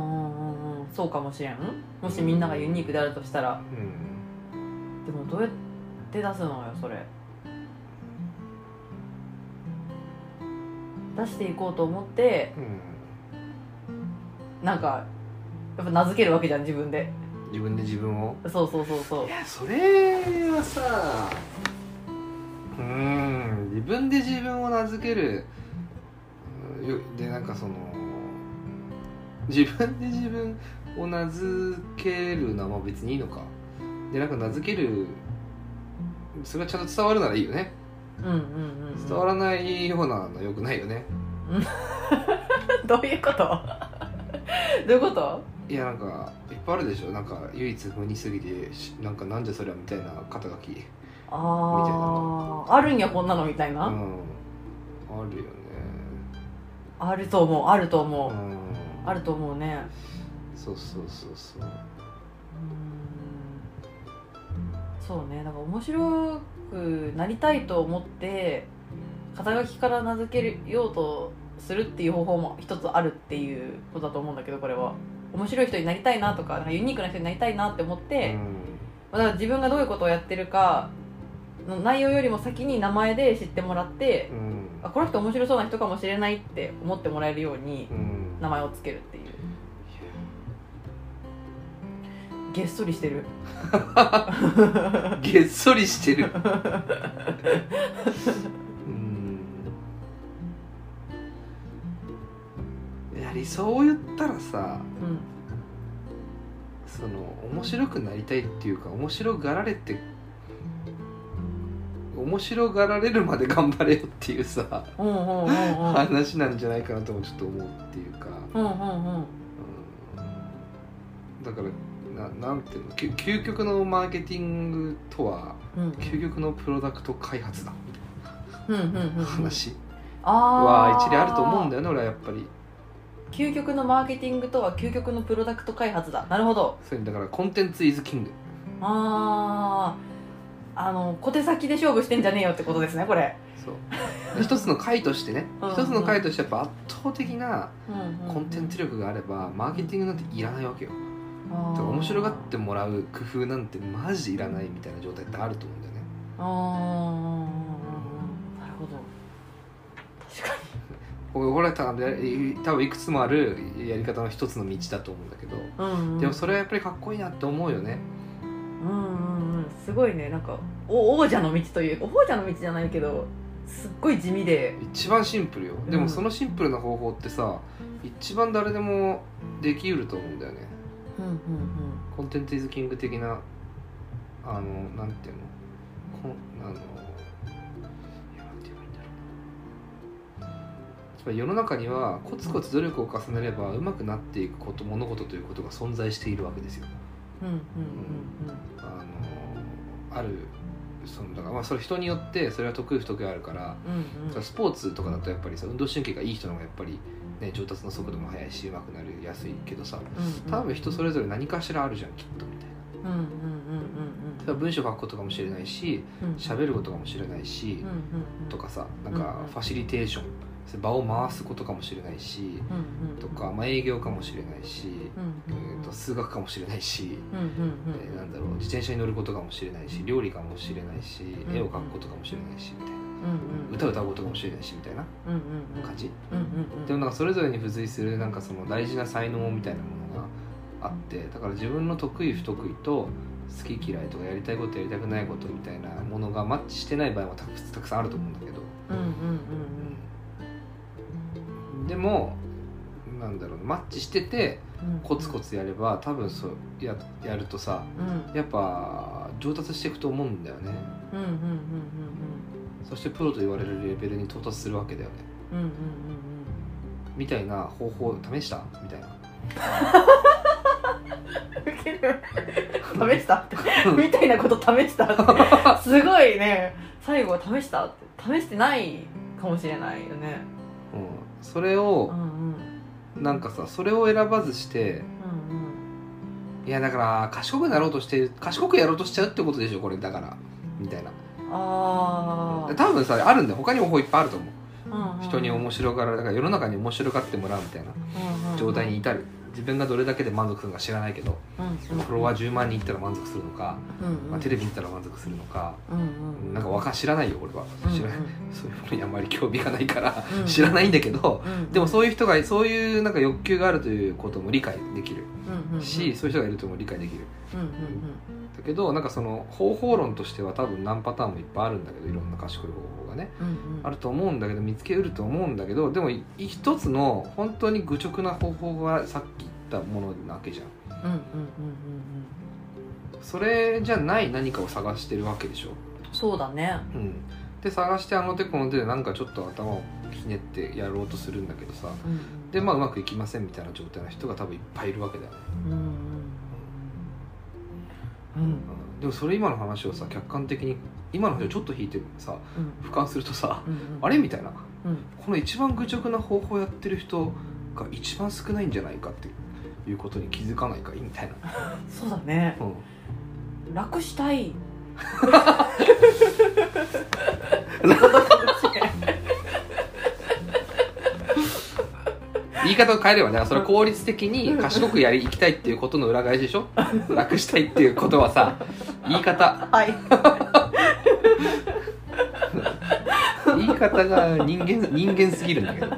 そうかもしれん。もしみんながユニークであるとしたら、うん、でもどうやって出すのよそれ。出していこうと思って、うん、なんかやっぱ名付けるわけじゃん自分で。 自分で自分を。 そうそうそうそう。 いやそれはさ、うーん自分で自分を名付けるでなんかその自分で自分を名付けるのは別にいいのか。でなんか名付けるそれがちゃんと伝わるならいいよね。 うんうんうん、うん、 伝わらないようなのよくないよね。 どういうこと？どういうこと？ いやなんかいっぱいあるでしょ。なんか唯一無二すぎてなんかなんじゃそりゃみたいな肩書きみたいなのあるんやこんなのみたいな、うん、 あるよね。 あると思うあると思う、うん、あると思うね。 そうそうそうそう。うーんそうね。だから面白くなりたいと思って肩書きから名付けようとするっていう方法も一つあるっていうことだと思うんだけど、これは面白い人になりたいなとか、なんかユニークな人になりたいなって思って、うん、だから自分がどういうことをやってるかの内容よりも先に名前で知ってもらって、うん、あこの人面白そうな人かもしれないって思ってもらえるように名前をつけるっていう、うん、げっそりしてるげっそりしてるうんいや理想を言ったらさ、うん、その面白くなりたいっていうか面白がられて面白がられるまで頑張れよっていうさ、うんうんうんうん、話なんじゃないかなともちょっと思うっていうか、うんうんうんうん、だからな, なんていうの究極のマーケティングとは、うん、究極のプロダクト開発だみたいな、うんうんうん、話は一理あると思うんだよね俺はやっぱり。 究極のマーケティングとは究極のプロダクト開発だ。なるほど。 そうだからコンテンツイズキング。 あああの小手先で勝負してんじゃねえよってことですねこれ。 そう一つの回としてね一つの回としてやっぱ圧倒的なコンテンツ力があればマーケティングなんていらないわけよ。だから面白がってもらう工夫なんてマジいらないみたいな状態ってあると思うんだよね。 ああなるほど。確かにこれは多分、多分いくつもあるやり方の一つの道だと思うんだけど、うんうん、でもそれはやっぱりかっこいいなって思うよね。 うんうんうんすごいね。なんか王者の道というか王者の道じゃないけどすっごい地味で一番シンプルよ、うん、でもそのシンプルな方法ってさ一番誰でもできうると思うんだよね。うんうんうん、コンテンツイズキング的なあのなんていうのこあのいやなんて言えばいいんだろうな。つまり世の中にはコツコツ努力を重ねれば上手くなっていくこと物事ということが存在しているわけですよ。うんうんうんうん、あのあるそのだからまあそれ人によってそれは得意不得意あるから、うんうん、スポーツとかだとやっぱりさ運動神経がいい人の方がやっぱりね、上達の速度も速いし上手くなりやすいけどさ、うんうん、多分人それぞれ何かしらあるじゃんきっとみたいな、うんうんうんうん、文章書くことかもしれないし喋、うん、ることかもしれないし、うんうんうん、とかさなんかファシリテーション場を回すことかもしれないし、うんうんうん、とか、まあ、営業かもしれないし、うんうんうん、えー、と数学かもしれないし、うんうんうんえー、なんだろう自転車に乗ることかもしれないし料理かもしれないし、うんうん、絵を描くことかもしれないしみたいなうんうん、歌を歌うことかもしれないしみたいな感じ、うんうんうん、でもなんかそれぞれに付随するなんかその大事な才能みたいなものがあってだから自分の得意不得意と好き嫌いとかやりたいことやりたくないことみたいなものがマッチしてない場合もたく、たくさんあると思うんだけど、うんうんうんうん、でもなんだろうマッチしててコツコツやれば多分そう や, やるとさ、うん、やっぱ上達していくと思うんだよね。うんうんうんうんうんそしてプロと言われるレベルに到達するわけだよね、うんうんうんうん、みたいな方法を試したみたいなウケる試したってみたいなこと試したってすごいね最後は試したって試してないかもしれないよね、 うん、それを、うんうん、なんかさそれを選ばずして、うんいやだから賢くなろうとして賢くやろうとしちゃうってことでしょこれだからみたいな。 あ多分さあるんだよ他にも方法いっぱいあると思う、 うんうん、 人に面白がられだから世の中に面白がってもらうみたいな状態に至る。自分がどれだけで満足するのか知らないけど、うんうん、フォロワーじゅうまんにんいったら満足するのか、うんうんまあ、テレビに行ったら満足するのか、うんうん、なんかわか知らないよ俺は知らない、うんうん、そういうものにあまり興味がないから、うんうん、知らないんだけど、うんうん、でもそういう人がそういうなんか欲求があるということも理解できる、うんうん、しそういう人がいるとも理解できる、うんうんうん、だけどなんかその方法論としては多分何パターンもいっぱいあるんだけどいろんな賢い方法がね、うんうん、あると思うんだけど見つけうると思うんだけどでも一つの本当に愚直な方法がさっき言ったものなわけじゃん、うんうんうんうん、それじゃない何かを探してるわけでしょ。 そうだね、 うん、で探してあの手この手でなんかちょっと頭をひねってやろうとするんだけどさ、うん、でまあうまくいきませんみたいな状態の人が多分いっぱいいるわけだよね、うんうんうん、でもそれ今の話をさ客観的に今の話をちょっと引いてさ、うん、俯瞰するとさ、うんうん、あれみたいな、うん、この一番愚直な方法をやってる人が一番少ないんじゃないかっていうことに気づかないかいみたいなそうだね、うん、楽したい言い方を変えればねそれは効率的に賢くやりいきたいっていうことの裏返しでしょ楽したいっていうことはさ言い方はい言い方が人間人間すぎるんだけど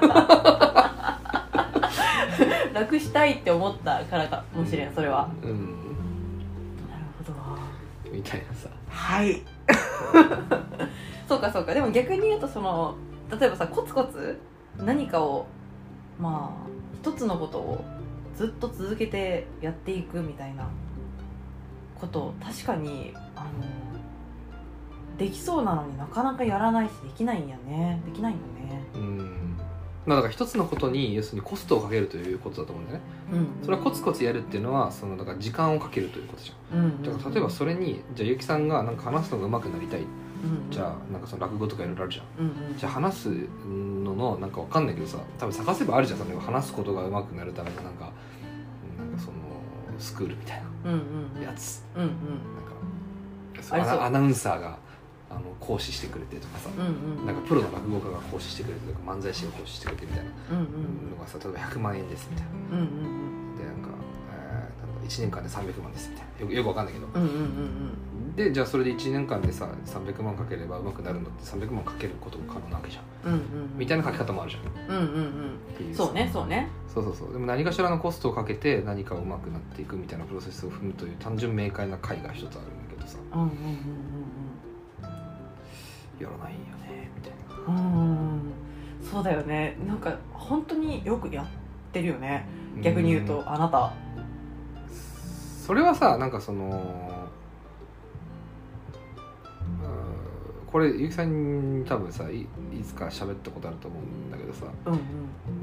楽したいって思ったからかもしれんそれは、うん、なるほどみたいなさはいそうかそうかでも逆に言うとその例えばさコツコツ何かをまあ一つのことをずっと続けてやっていくみたいなこと確かにあのできそうなのになかなかやらないしできないんやねできないんだね。うんまあ、だから一つのことに要するにコストをかけるということだと思うんだよね、うんうん、それはコツコツやるっていうのはそのだから時間をかけるということじゃん、うんうん、だから例えばそれにじゃあゆきさんがなんか話すのが上手くなりたい、うんうん、じゃあなんかその落語とかいろいろあるじゃん、うんうん、じゃあ話すののなんかわかんないけどさ多分探せばあるじゃんその話すことが上手くなるためのなんかなんかそのスクールみたいなやつ、うんうん、なんかアナ、アナウンサーがあの講師してくれてとかさ、うんうん、なんかプロの落語家が講師してくれてとか漫才師が講師してくれてみたいなのがさ例えばひゃくまんえんですみたいな、うんうんうん、でなんか、えー、いちねんかんでさんびゃくまんですみたいなよく、よくわかんないけど、うんうんうんうん、でじゃあそれでいちねんかんでささんびゃくまんかければ上手くなるんだってさんびゃくまんかけることも可能なわけじゃん、うんうんうん、みたいな書き方もあるじゃん、うんうんうん、そうねそうねそうそうそうでも何かしらのコストをかけて何か上手くなっていくみたいなプロセスを踏むという単純明快な解が一つあるんだけどさ、うんうんうんうんやらないよねみたいな。うんそうだよねなんか本当によくやってるよね逆に言うとあなたそれはさなんかそのこれゆきさんに多分さ い, いつか喋ったことあると思うんだけどさ、うんうん、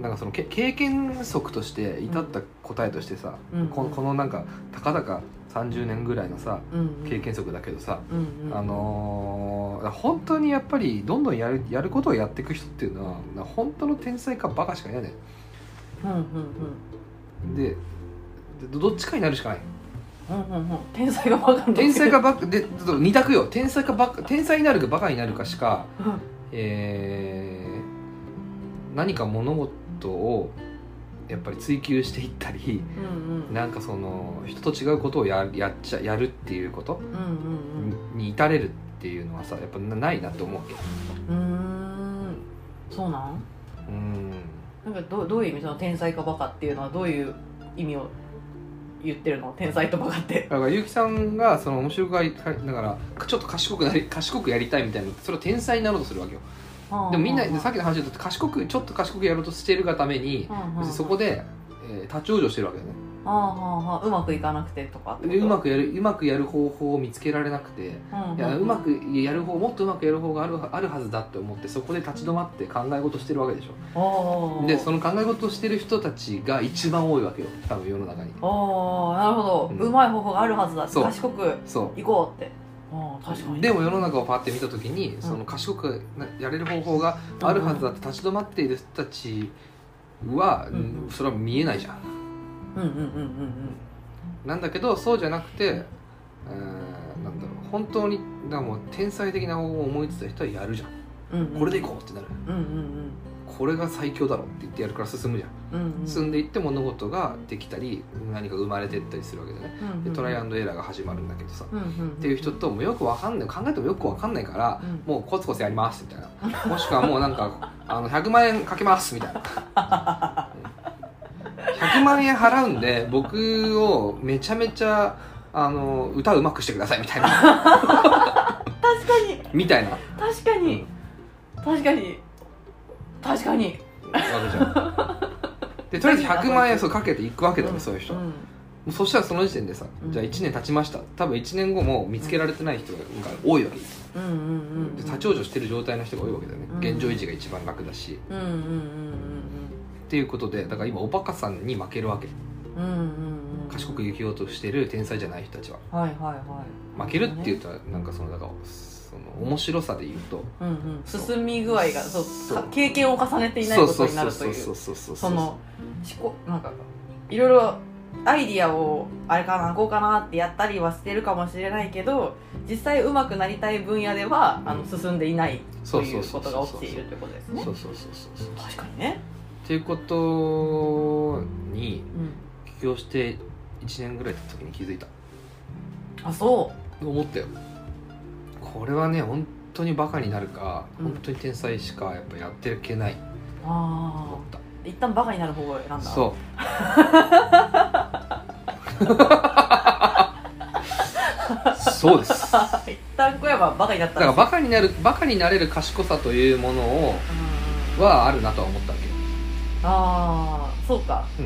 なんかそのけ経験則として至った答えとしてさ、うんうん、こ, のこのなんかたかだかさんじゅうねんぐらいのさ、うんうん、経験則だけどさ、うんうん、あのー、本当にやっぱりどんどんやる、やることをやっていく人っていうのは本当の天才かバカしかいないね、うんうんうん、で, でどっちかになるしかない、 うんうんうん、天才がバカになる天才かバカで二択よ天才かバカ天才になるかバカになるかしか、うんえー、何か物事をやっぱり追求していったり、うんうん、なんかその人と違うことを や, や, っちゃやるっていうこと、うんうんうん、に至れるっていうのはさやっぱないなって思うわけ。うーんそうなん？うんなんか ど, どういう意味その天才かバカっていうのはどういう意味を言ってるの天才とバカってだから結城さんがその面白くだからちょっと賢くなり賢くやりたいみたいなそれを天才になろうとするわけよ。でもみんなさっきの話で言うと賢くちょっと賢くやろうとしているがためにそこで、えー、立ち往生してるわけだね。 ああはあうまくいかなくてとかでうまくやるうまくやる方法を見つけられなくて、うんうん、いやうまくやる方もっとうまくやる方があるあるはずだって思ってそこで立ち止まって考え事してるわけでしょ。でその考え事をしてる人たちが一番多いわけよ多分世の中に。 ああなるほど、うん、うまい方法があるはずだって賢くいこうって。あ確かにでも世の中をパッて見た時に、うん、その賢くやれる方法があるはずだって立ち止まっている人たちは、うんうん、それは見えないじゃん。うんうんうんうんうんなんだけどそうじゃなくて、えー、なんだろう本当にだからもう天才的な方法を思いついた人はやるじゃん、うんうん、これでいこうってなる、うんうんうん、これが最強だろって言ってやるから進むじゃん、うんうん、進んでいって物事ができたり何か生まれていったりするわけでね、うんうん、でトライアンドエラーが始まるんだけどさ、うんうんうん、っていう人ともうよくわかんない考えてもよくわかんないから、うん、もうコツコツやりますみたいなもしくはもうなんかあのひゃくまんえんかけますみたいなひゃくまんえん払うんで僕をめちゃめちゃあの歌うまくしてくださいみたいな確かにみたいな確かに、うん、確かに確かにわけじゃんでとりあえずひゃくまんえんそうかけていくわけだよね、うん、そういう人、うん、そしたらその時点でさ、うん、じゃあいちねん経ちました多分いちねんごも見つけられてない人が多いわけです、うんうんうんうん、で立ち往生してる状態の人が多いわけだよね、うん、現状維持が一番楽だし、うんうんうんうん、っていうことでだから今おバカさんに負けるわけ、うんうんうん、賢く生きようとしてる天才じゃない人たちは、はいはいはい、負けるっていうとなんかそのだからその面白さで言うと、うんうん、 進み具合がそうそう経験を重ねていないことになるというその思考なんかいろいろアイディアをあれかなこうかなってやったりはしてるかもしれないけど実際上手くなりたい分野では、うん、あの進んでいないということが起きているということですね。そうそうそうそう確かにね。 っていうことに起業していちねんぐらい経った時に気づいた。 あ、そう思ったよ。これはね本当にバカになるか、うん、本当に天才しかやっぱやっていけないと思った。 一旦バカになる方を選んだ。 そうそうです一旦こうやばバカになっただからバカになるバカになれる賢さというものをはあるなとは思ったわけ。ああそうか、うん、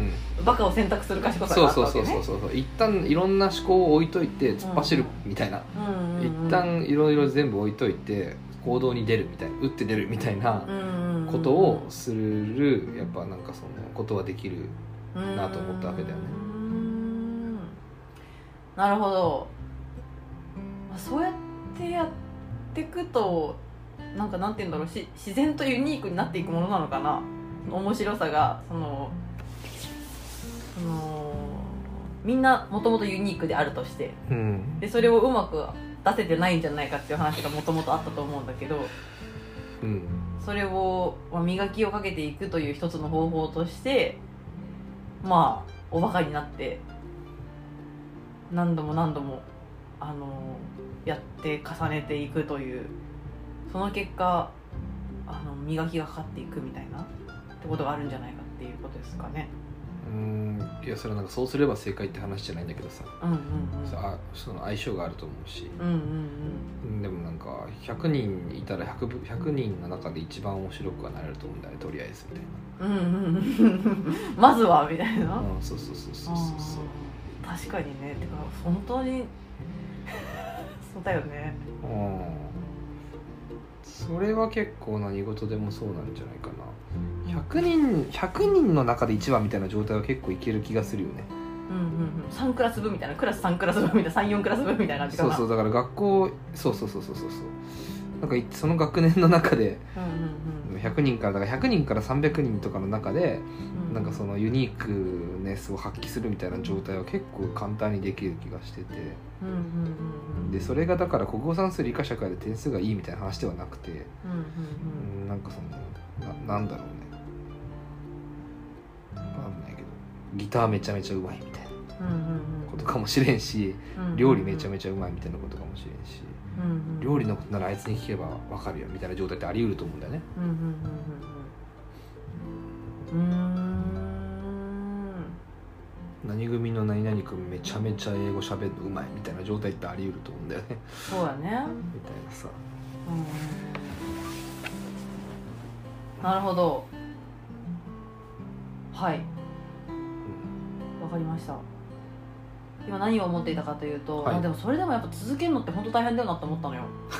バカを選択する賢さがあったわけね。 そうそうそうそうそう一旦いろんな思考を置いといて突っ走るみたいな、うんうん、一旦いろいろ全部置いといて行動に出るみたいな打って出るみたいなことをするやっぱなんかそのことはできるなと思ったわけだよね。 うんなるほど。そうやってやっていくとなんかなんていうんだろうし自然とユニークになっていくものなのかな。面白さがそのそのみんなもともとユニークであるとして、うん、でそれをうまく出せてないんじゃないかっていう話がもともとあったと思うんだけど、うん、それを、まあ、磨きをかけていくという一つの方法としてまあおバカになって何度も何度もあのやって重ねていくというその結果あの磨きがかかっていくみたいなってことがあるんじゃないかっていうことですかね。 うーんいやそれはなんかそうすれば正解って話じゃないんだけどさ、うんうんうん、あその相性があると思うし、うんうんうん、でもなんかひゃくにんいたら 100, ひゃくにんの中で一番面白くはなれると思うんだよねとりあえずみたいな、うんうん、 まずはみたいな、 うん、そうそうそうそうそう確かにねてか本当にそうだよね。うんそれは結構何事でもそうなんじゃないかな。ひゃくにんひゃくにんの中でいちばんみたいな状態は結構いける気がするよね。 うんうんうん、さんクラス分みたいなクラスさんクラス分みたいな さん,よん クラス分みたいな感じかな。 そうそうだから学校そうそうそうそうそうなんかその学年の中でひゃくにんからだからひゃくにんからさんびゃくにんとかの中で、うん、なんかそのユニークネスを発揮するみたいな状態は結構簡単にできる気がしてて、うんうんうん、でそれがだから国語算数理科社会で点数がいいみたいな話ではなくて、うんうんうん、なんかその な, なんだろうね分かんないけどギターめちゃめちゃうまいみたいなことかもしれんし、うんうんうん、料理めちゃめちゃうまいみたいなことかもしれんし、うんうん、料理のことならあいつに聞けば分かるよみたいな状態ってあり得ると思うんだよね。うんうんうんうん、うーん何組の何々君めちゃめちゃ英語喋るのうまいみたいな状態ってあり得ると思うんだよね。 そうだねみたいなさ、 うん、なるほどはいわかりました。今何を思っていたかというと、はい、でもそれでもやっぱ続けるのって本当大変だよなって思ったのよ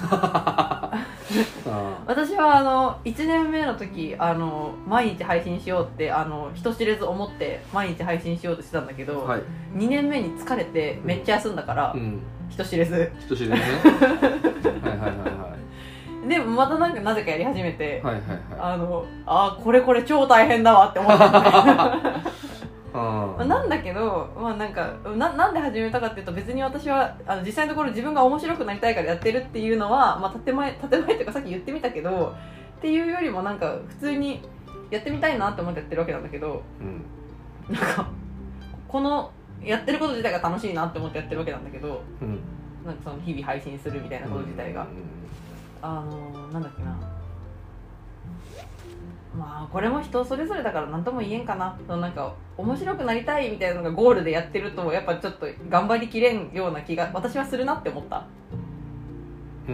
私はあのいちねんめの時あの毎日配信しようってあの人知れず思って毎日配信しようとしてたんだけど、はい、にねんめに疲れてめっちゃ休んだから、うん、人知れず人知れずねはいはいはいはいでもまたなんかなぜかやり始めて、はいはいはい、あのあこれこれ超大変だわって思ったうん、なんだけど、まあ、なんか な, なんで始めたかっていうと別に私はあの実際のところ自分が面白くなりたいからやってるっていうのは、まあ、建前建前っていうかさっき言ってみたけどっていうよりもなんか普通にやってみたいなって思ってやってるわけなんだけど、うん、なんかこのやってること自体が楽しいなって思ってやってるわけなんだけど、うん、なんかその日々配信するみたいなこと自体が、うん、あのなんだっけな、まあこれも人それぞれだから何とも言えんかな。そのなんか面白くなりたいみたいなのがゴールでやってるとやっぱちょっと頑張りきれんような気が私はするなって思った。うん、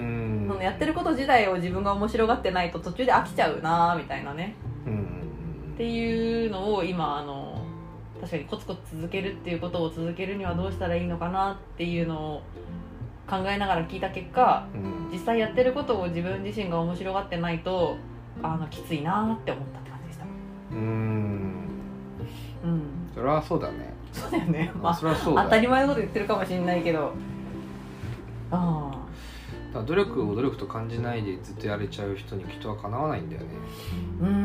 そのやってること自体を自分が面白がってないと途中で飽きちゃうなみたいなね、うん、っていうのを今あの確かにコツコツ続けるっていうことを続けるにはどうしたらいいのかなっていうのを考えながら聞いた結果、うん、実際やってることを自分自身が面白がってないとあのきついなって思ったって感じでした。うーん、 うん、それはそうだね。 そうだよね、まあ、それはそうだ、当たり前のこと言ってるかもしれないけど、あだから努力を努力と感じないでずっとやれちゃう人にきっとはかなわないんだよね。うんうんうん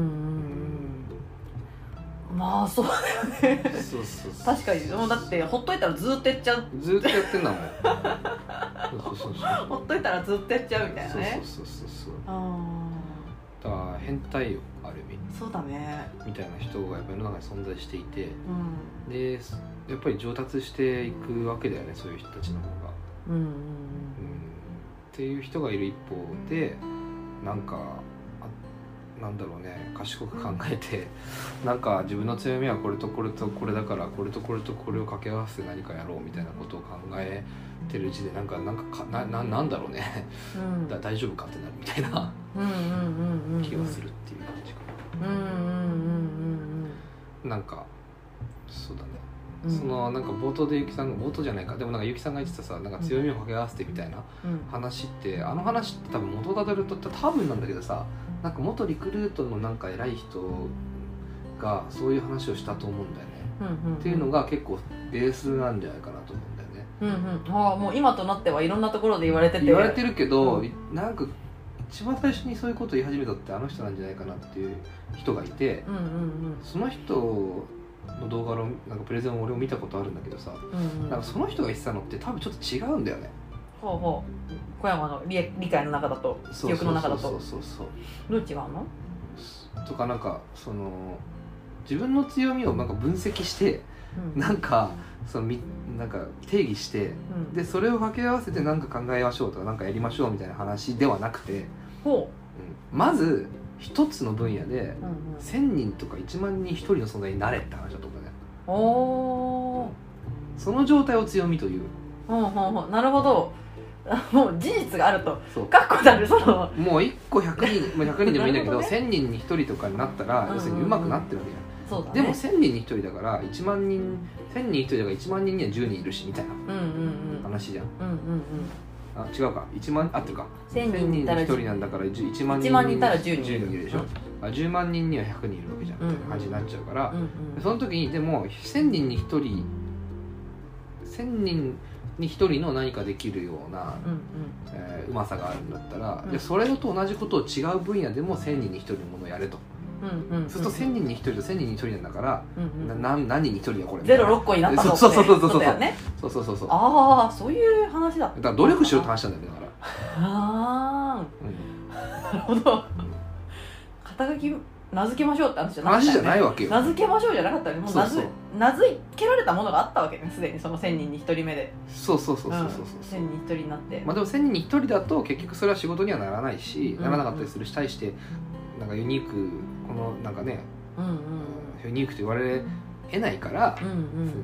うん、まあそうだよね。そうそうそう、確かに。でもだってほっといたらずっとやっちゃう、 ずっとやってんだもん。そうそうそうそう、 ほっといたらずっとやっちゃうみたいなね。 そうそうそうそう、あだから変態よ、ある意味。 そうだね、 みたいな人がやっぱり世の中に存在していて、うん、でやっぱり上達していくわけだよね、そういう人たちの方が、うんうんうんうん、っていう人がいる一方でなんかなんだろうね、賢く考えてなんか自分の強みはこれとこれとこれだからこれとこれとこれを掛け合わせて何かやろうみたいなことを考えてるうちでなんかなんかか な, な, なんだろうね、うん、だ大丈夫かってなるみたいな気がするっていう感じかな。うんうんうんうんうん、なんかそうだね、うん、そのなんか冒頭でゆきさんが冒頭じゃないかでもなんかゆきさんが言ってたさ、なんか強みを掛け合わせてみたいな話って、うん、あの話って多分元たどると多分なんだけどさ、なんか元リクルートのなんか偉い人がそういう話をしたと思うんだよね、うんうんうん、っていうのが結構ベースなんじゃないかなと思うんだよね。 うんうん、ああもう今となってはいろんなところで言われてて言われてるけど、うん、なんか一番最初にそういうことを言い始めたってあの人なんじゃないかなっていう人がいて、うんうんうん、その人の動画のなんかプレゼンを俺も見たことあるんだけどさ、うんうん、なんかその人が言ってたのって多分ちょっと違うんだよね。 ほうほう、小山の 理, 理解の中だと、記憶の中だとそうそうそうそう、どう違うのとか、なんかその自分の強みをなんか分析して、うん、なんかそのなんか定義して、うん、でそれを掛け合わせて何か考えましょうとか何かやりましょうみたいな話ではなくて、ほう、うん、まず一つの分野で、うんうん、せんにんとかいちまんにんひとりの存在になれって話だと思うんだね。おー、その状態を強みという。 ほうほうほう、なるほど。もう事実があると、確固たるそのもういっこひゃくにん、まあ、ひゃくにんでもいいんだけど、ね、せんにんにひとりとかになったら要するに上手くなってるわけじゃん、うんうんうん、でもせんにんにひとりだからいちまんにん、せんにんにひとりだからいちまんにんにはじゅうにんいるしみたいな話じゃん、うんうんうん、あ違うか、いちまん合ってるか、せんにんにひとりなんだからいちまんにんにいたらじゅうにんいるでしょ、うん、あじゅうまんにんにはひゃくにんいるわけじゃん、うんうん、って感じになっちゃうから、うんうん、その時にでもせんにんにひとりせんにんにひとりの何かできるような、うんうんえー、うまさがあるんだったら、うん、じゃそれと同じことを違う分野でもせんにんにひとりのものをやれと、うんうんうん、そうするとせんにんにひとりとせんにんにひとりなんだから、うんうん、な何人にひとりだこれゼロろっこになったのってそうそうそうそうそうだよね。 そうそうそうそう、 ああそういう話だ。 だから努力しろって話なんだよね、だからああ、うん、なるほど、肩書き名付けましょうって話じゃなかったよね。話じゃないわけよ。名付けましょうじゃなかったよね。もう名付名付けられたものがあったわけね、すでにそのせんにんにひとりめで。 そうそうそうそうそうそう、うん、 せんにんにひとりになって。 まあでもせんにんにひとりだと結局それは仕事にはならないし、うん、ならなかったりするし、対してなんかユニーク、このなんかね、うんうん、ユニークと言われ得ないから、うんうんうん、なんていうの、うんうん、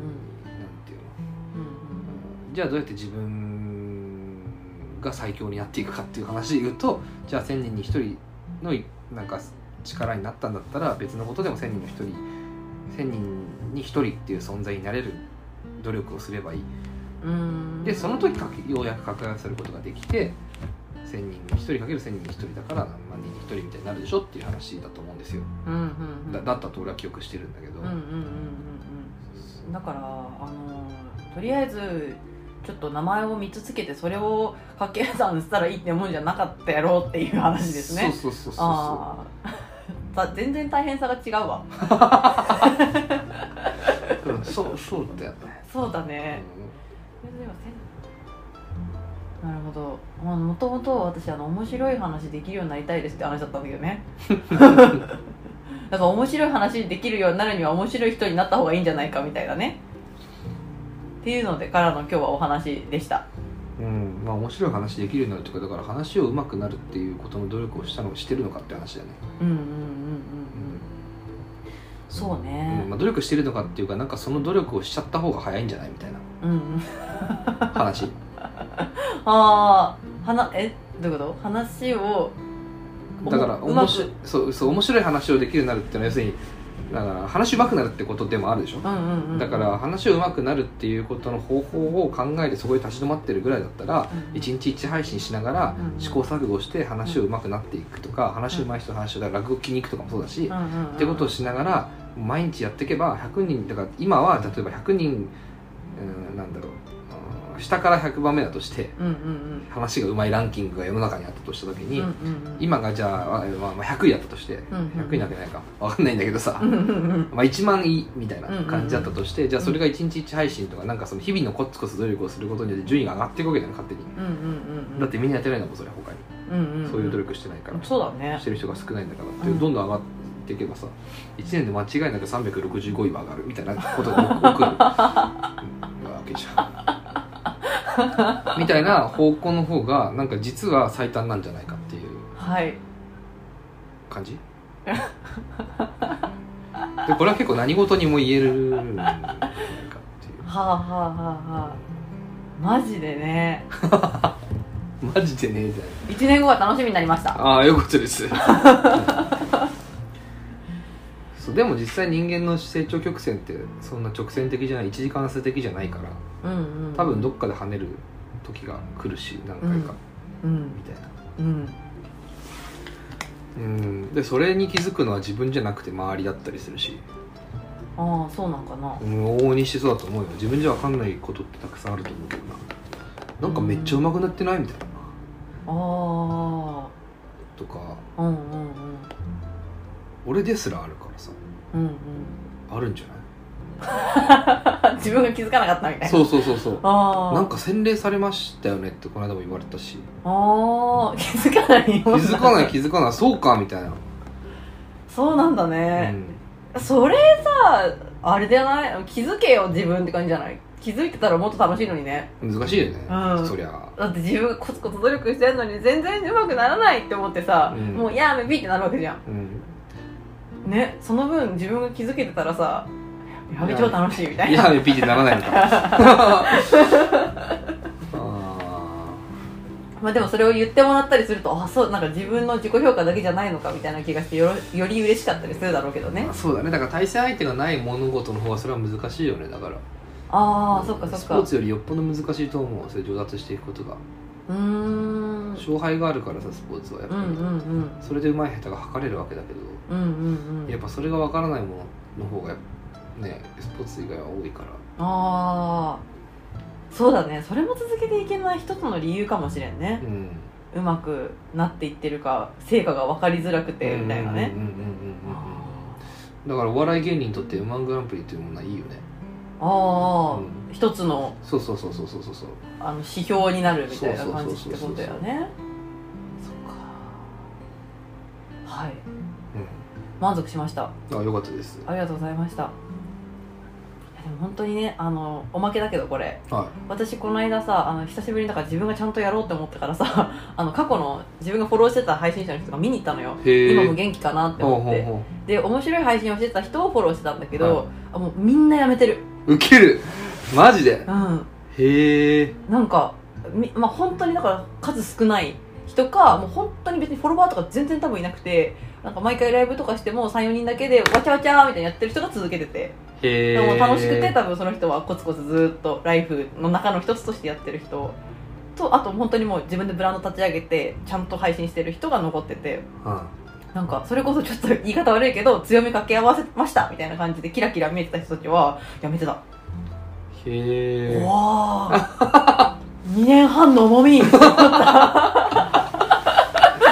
じゃあどうやって自分が最強になっていくかっていう話で言うと、じゃあせんにんにひとりのなんか力になったんだったら別のことでもせんにんのひとりせんにんにひとりっていう存在になれる努力をすればいい。うーんでその時かようやく掛け合わせることができてせんにんにひとりかけるせんにんにひとりだから何万人にひとりみたいになるでしょっていう話だと思うんですよ、うんうんうん、だ, だったと俺は記憶してるんだけど、うんうんうんうん、だからあのとりあえずちょっと名前をみっつつけてそれを掛け算したらいいってもんじゃなかったやろうっていう話ですね。 そうそうそうそうそう、 あ全然大変さが違うわそうそうだよね。 そうだね、うん、なるほど。まあ、もともと私あの面白い話できるようになりたいですって話だったんだけどねだから面白い話できるようになるには面白い人になった方がいいんじゃないかみたいなねっていうのでからの今日はお話でした。 うん、まあ面白い話できるようになるというか、だから話を上手くなるっていうことの努力をしたのをしてるのかって話だよね。 うんうんうんうん、うん、そうね、 うん、まあ、努力してるのかっていうか、なんかその努力をしちゃった方が早いんじゃないみたいな、うん、話ああ、はなえどういうこと？話をだからおもしそうそう面白い話をできるようになるっていうのは要するにだから話上手くなるってことでもあるでしょ、うんうんうん、だから話を上手くなるっていうことの方法を考えてそこで立ち止まってるぐらいだったら、うん、いちにちいち配信しながら試行錯誤して話を上手くなっていくとか、うん、話上手い人の話をだから落語聞きに行くとかもそうだし、うんうんうん、ってことをしながら毎日やっていけばひゃくにんだから今は例えばひゃくにん、うん、なんだろう下からひゃくばんめだとして、うんうんうん、話がうまいランキングが世の中にあったとした時に、うんうんうん、今がじゃあ、まあ、ひゃくいだったとして、うんうん、ひゃくいなわけないか分かんないんだけどさ、うんうんうん、まあ、いちまんいみたいな感じだったとして、うんうんうん、じゃあそれがいちにちいち配信とかなんかその日々のコツコツ努力をすることによって順位が上がっていくわけだよ勝手に、うんうんうん、だってみんなやってないんだもんそれ他に、うんうんうん、そういう努力してないから、そうだね、してる人が少ないんだからって、うん、どんどん上がっていけばさいちねんで間違いなくさんびゃくろくじゅうごいは上がるみたいなことが起こるわけじゃんみたいな方向の方がなんか実は最短なんじゃないかっていう感じ、はい、でこれは結構何事にも言えるんじゃないかっていうはあはあはあはあマジでねマジでねじゃないいちねんごが楽しみになりました。 ああよかったですそうでも実際人間の成長曲線ってそんな直線的じゃない一時間差的じゃないから、うんうん、多分どっかで跳ねる時が来るし何回か、うん、みたいな、うんうん、でそれに気づくのは自分じゃなくて周りだったりするし、 ああそうなんかな、 うん、往々にしてそうだと思うよ。自分じゃ分かんないことってたくさんあると思うけどな、なんかめっちゃ上手くなってないみたいな、うん、ああとか、うんうんうん、俺ですらあるからさ、うんうん、あるんじゃない自分が気づかなかったみたいな。 そうそうそうそう、あなんか洗礼されましたよねってこの間も言われたし、 あ気づかないよ気づかない気づかないそうかみたいな。 そうなんだね、うん、それさあれじゃない気づけよ自分って感じじゃない。気づいてたらもっと楽しいのにね。難しいよね、うん、そりゃだって自分がコツコツ努力してるのに全然うまくならないって思ってさ、うん、もうやめびってなるわけじゃん、うん、ね。その分自分が気づけてたらさやめ超楽しいみたいな。 やめびってならないのかまあでもそれを言ってもらったりするとあそうなんか自分の自己評価だけじゃないのかみたいな気がして よ, より嬉しかったりするだろうけどね、まあ、 そうだね。だから対戦相手がない物事の方がそれは難しいよね。だからああ、うん、そっかそっか。 スポーツよりよっぽど難しいと思う。それ上達していくことがうーん勝敗があるからさスポーツはやっぱり、うんうんうん、それで上手い下手が測れるわけだけど、うんうんうん、やっぱそれが分からないものの方がねスポーツ以外は多いから。ああそうだね。それも続けていけない一つの理由かもしれんね、うん、うまくなっていってるか成果が分かりづらくてみたいなね。 だからお笑い芸人にとって エムワン グランプリっていうものはいいよね。ああ、うん、一つのそうそうそうそうそうそうあの指標になるみたいな感じってことだよね。そっかはい、うん、満足しました。 あ、よかったです。 ありがとうございました。でも本当にねあのおまけだけどこれ、はい、私この間さあの久しぶりにだから自分がちゃんとやろうって思ったからさあの過去の自分がフォローしてた配信者の人が見に行ったのよ。今も元気かなって思って。ほうほうほう。で面白い配信をしてた人をフォローしてたんだけど、はい、あもうみんなやめてる。 ウケるマジで。うんへえ。 なんかみまあ本当にだから数少ない人かもう本当に別にフォロワーとか全然多分いなくてなんか毎回ライブとかしても さんよにんだけでわちゃわちゃみたいにやってる人が続けてて、へでも楽しくて多分その人はコツコツずっとライフの中の一つとしてやってる人とあと本当にもう自分でブランド立ち上げてちゃんと配信してる人が残ってて、うん、なんかそれこそちょっと言い方悪いけど強み掛け合わせましたみたいな感じでキラキラ見えてた人たちはやめてた。へえ。わあにねんはんの重み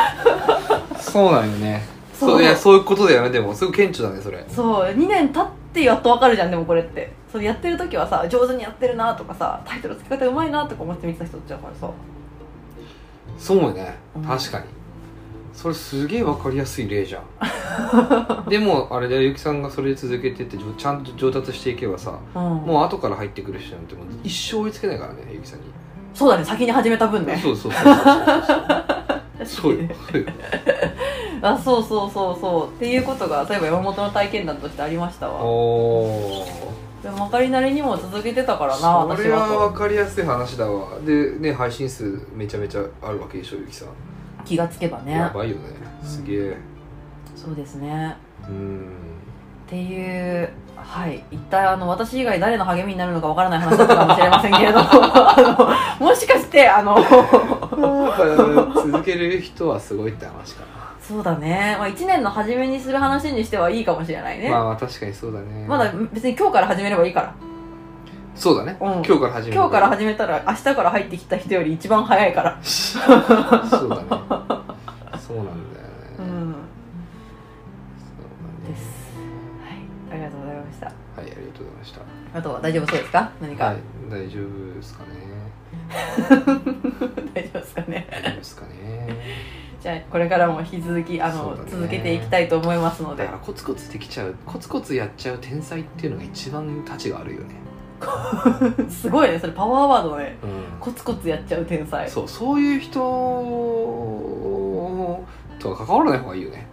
そうなんよね。そういやそういうことだよね。でもすごい顕著だねそれ。 そうにねん経ってってやっとわかるじゃん。でもこれってそれやってる時はさ上手にやってるなとかさタイトル付け方うまいなとか思って見てた人っちゃうからさ。 そうね、 うん、 確かにそれすげえ分かりやすい例じゃんでもあれだよ、ゆきさんがそれ続けてってちゃんと上達していけばさ、うん、もう後から入ってくる人なんてもう一生追いつけないからね、ゆきさんに。 そうだね、先に始めた分ね。 そうそうそうそうそうよあ、そうそうそうそうっていうことがそういえば山本の体験談としてありましたわ。おでも分かりなりにも続けてたからな。 それは分かりやすい話だわ。でね、配信数めちゃめちゃあるわけでしょ、ゆきさん。 気がつけばね。 やばいよね、すげえ、うん、 そうですね。 うんっていう、はい、一体あの私以外誰の励みになるのかわからない話だったかもしれませんけれどあのもしかしてあの続ける人はすごいって話かな。 そうだね、まあ、いちねんの初めにする話にしてはいいかもしれないね。 まあまあ確かにそうだね。 まだ別に今日から始めればいいから。 そうだね、うん、今日から始め今日から始めたら明日から入ってきた人より一番早いからそうだね、そうなんだよね、 うん、です。はい、ありがとうございました。はい、 ありがとうございました。 あとは大丈夫そうですか？何か。はい、 大丈夫ですかね大丈夫ですかね大丈夫ですかねじゃあこれからも引き続きあの、続けていきたいと思いますので。 だからコツコツできちゃう、コツコツやっちゃう天才っていうのが一番価値があるよねすごいね、それパワーワードね、うん、コツコツやっちゃう天才。 そう、そういう人とは関わらない方がいいよね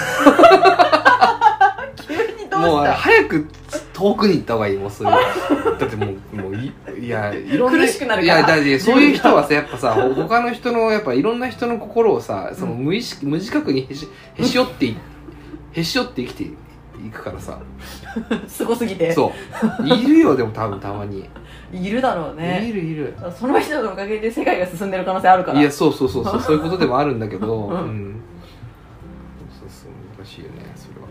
急にどうした？ もう早く遠くに行った方がいい。もうそういうだってもう、もう い, いやいろんな苦しくなるから。 いやだってそういう人はさ、やっぱさ他の人のやっぱいろんな人の心をさ、その無意識、無自覚にへしへし折っていへし折って生きていくからさすごすぎて。 そういるよ。でも多分たまにいるだろうね。 いるいる。 その人のおかげで世界が進んでる可能性あるから。 いや、そうそうそうそうそういうことでもあるんだけど、うん、うん、そうそう難しいよねそれは。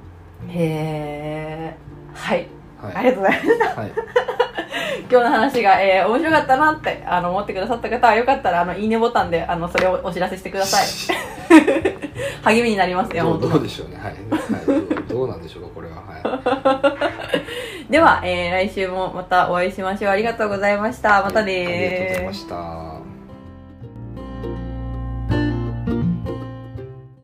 へえ、はい、はい、ありがとうございました、はい、今日の話が、えー、面白かったなってあの思ってくださった方はよかったらあのいいねボタンであのそれをお知らせしてください励みになりますよ。 どう、どうでしょうね、はい、はい、どう、どうなんでしょうかこれは、はいでは、えー、来週もまたお会いしましょう。ありがとうございました。またねー。 はい、ありがとうございました。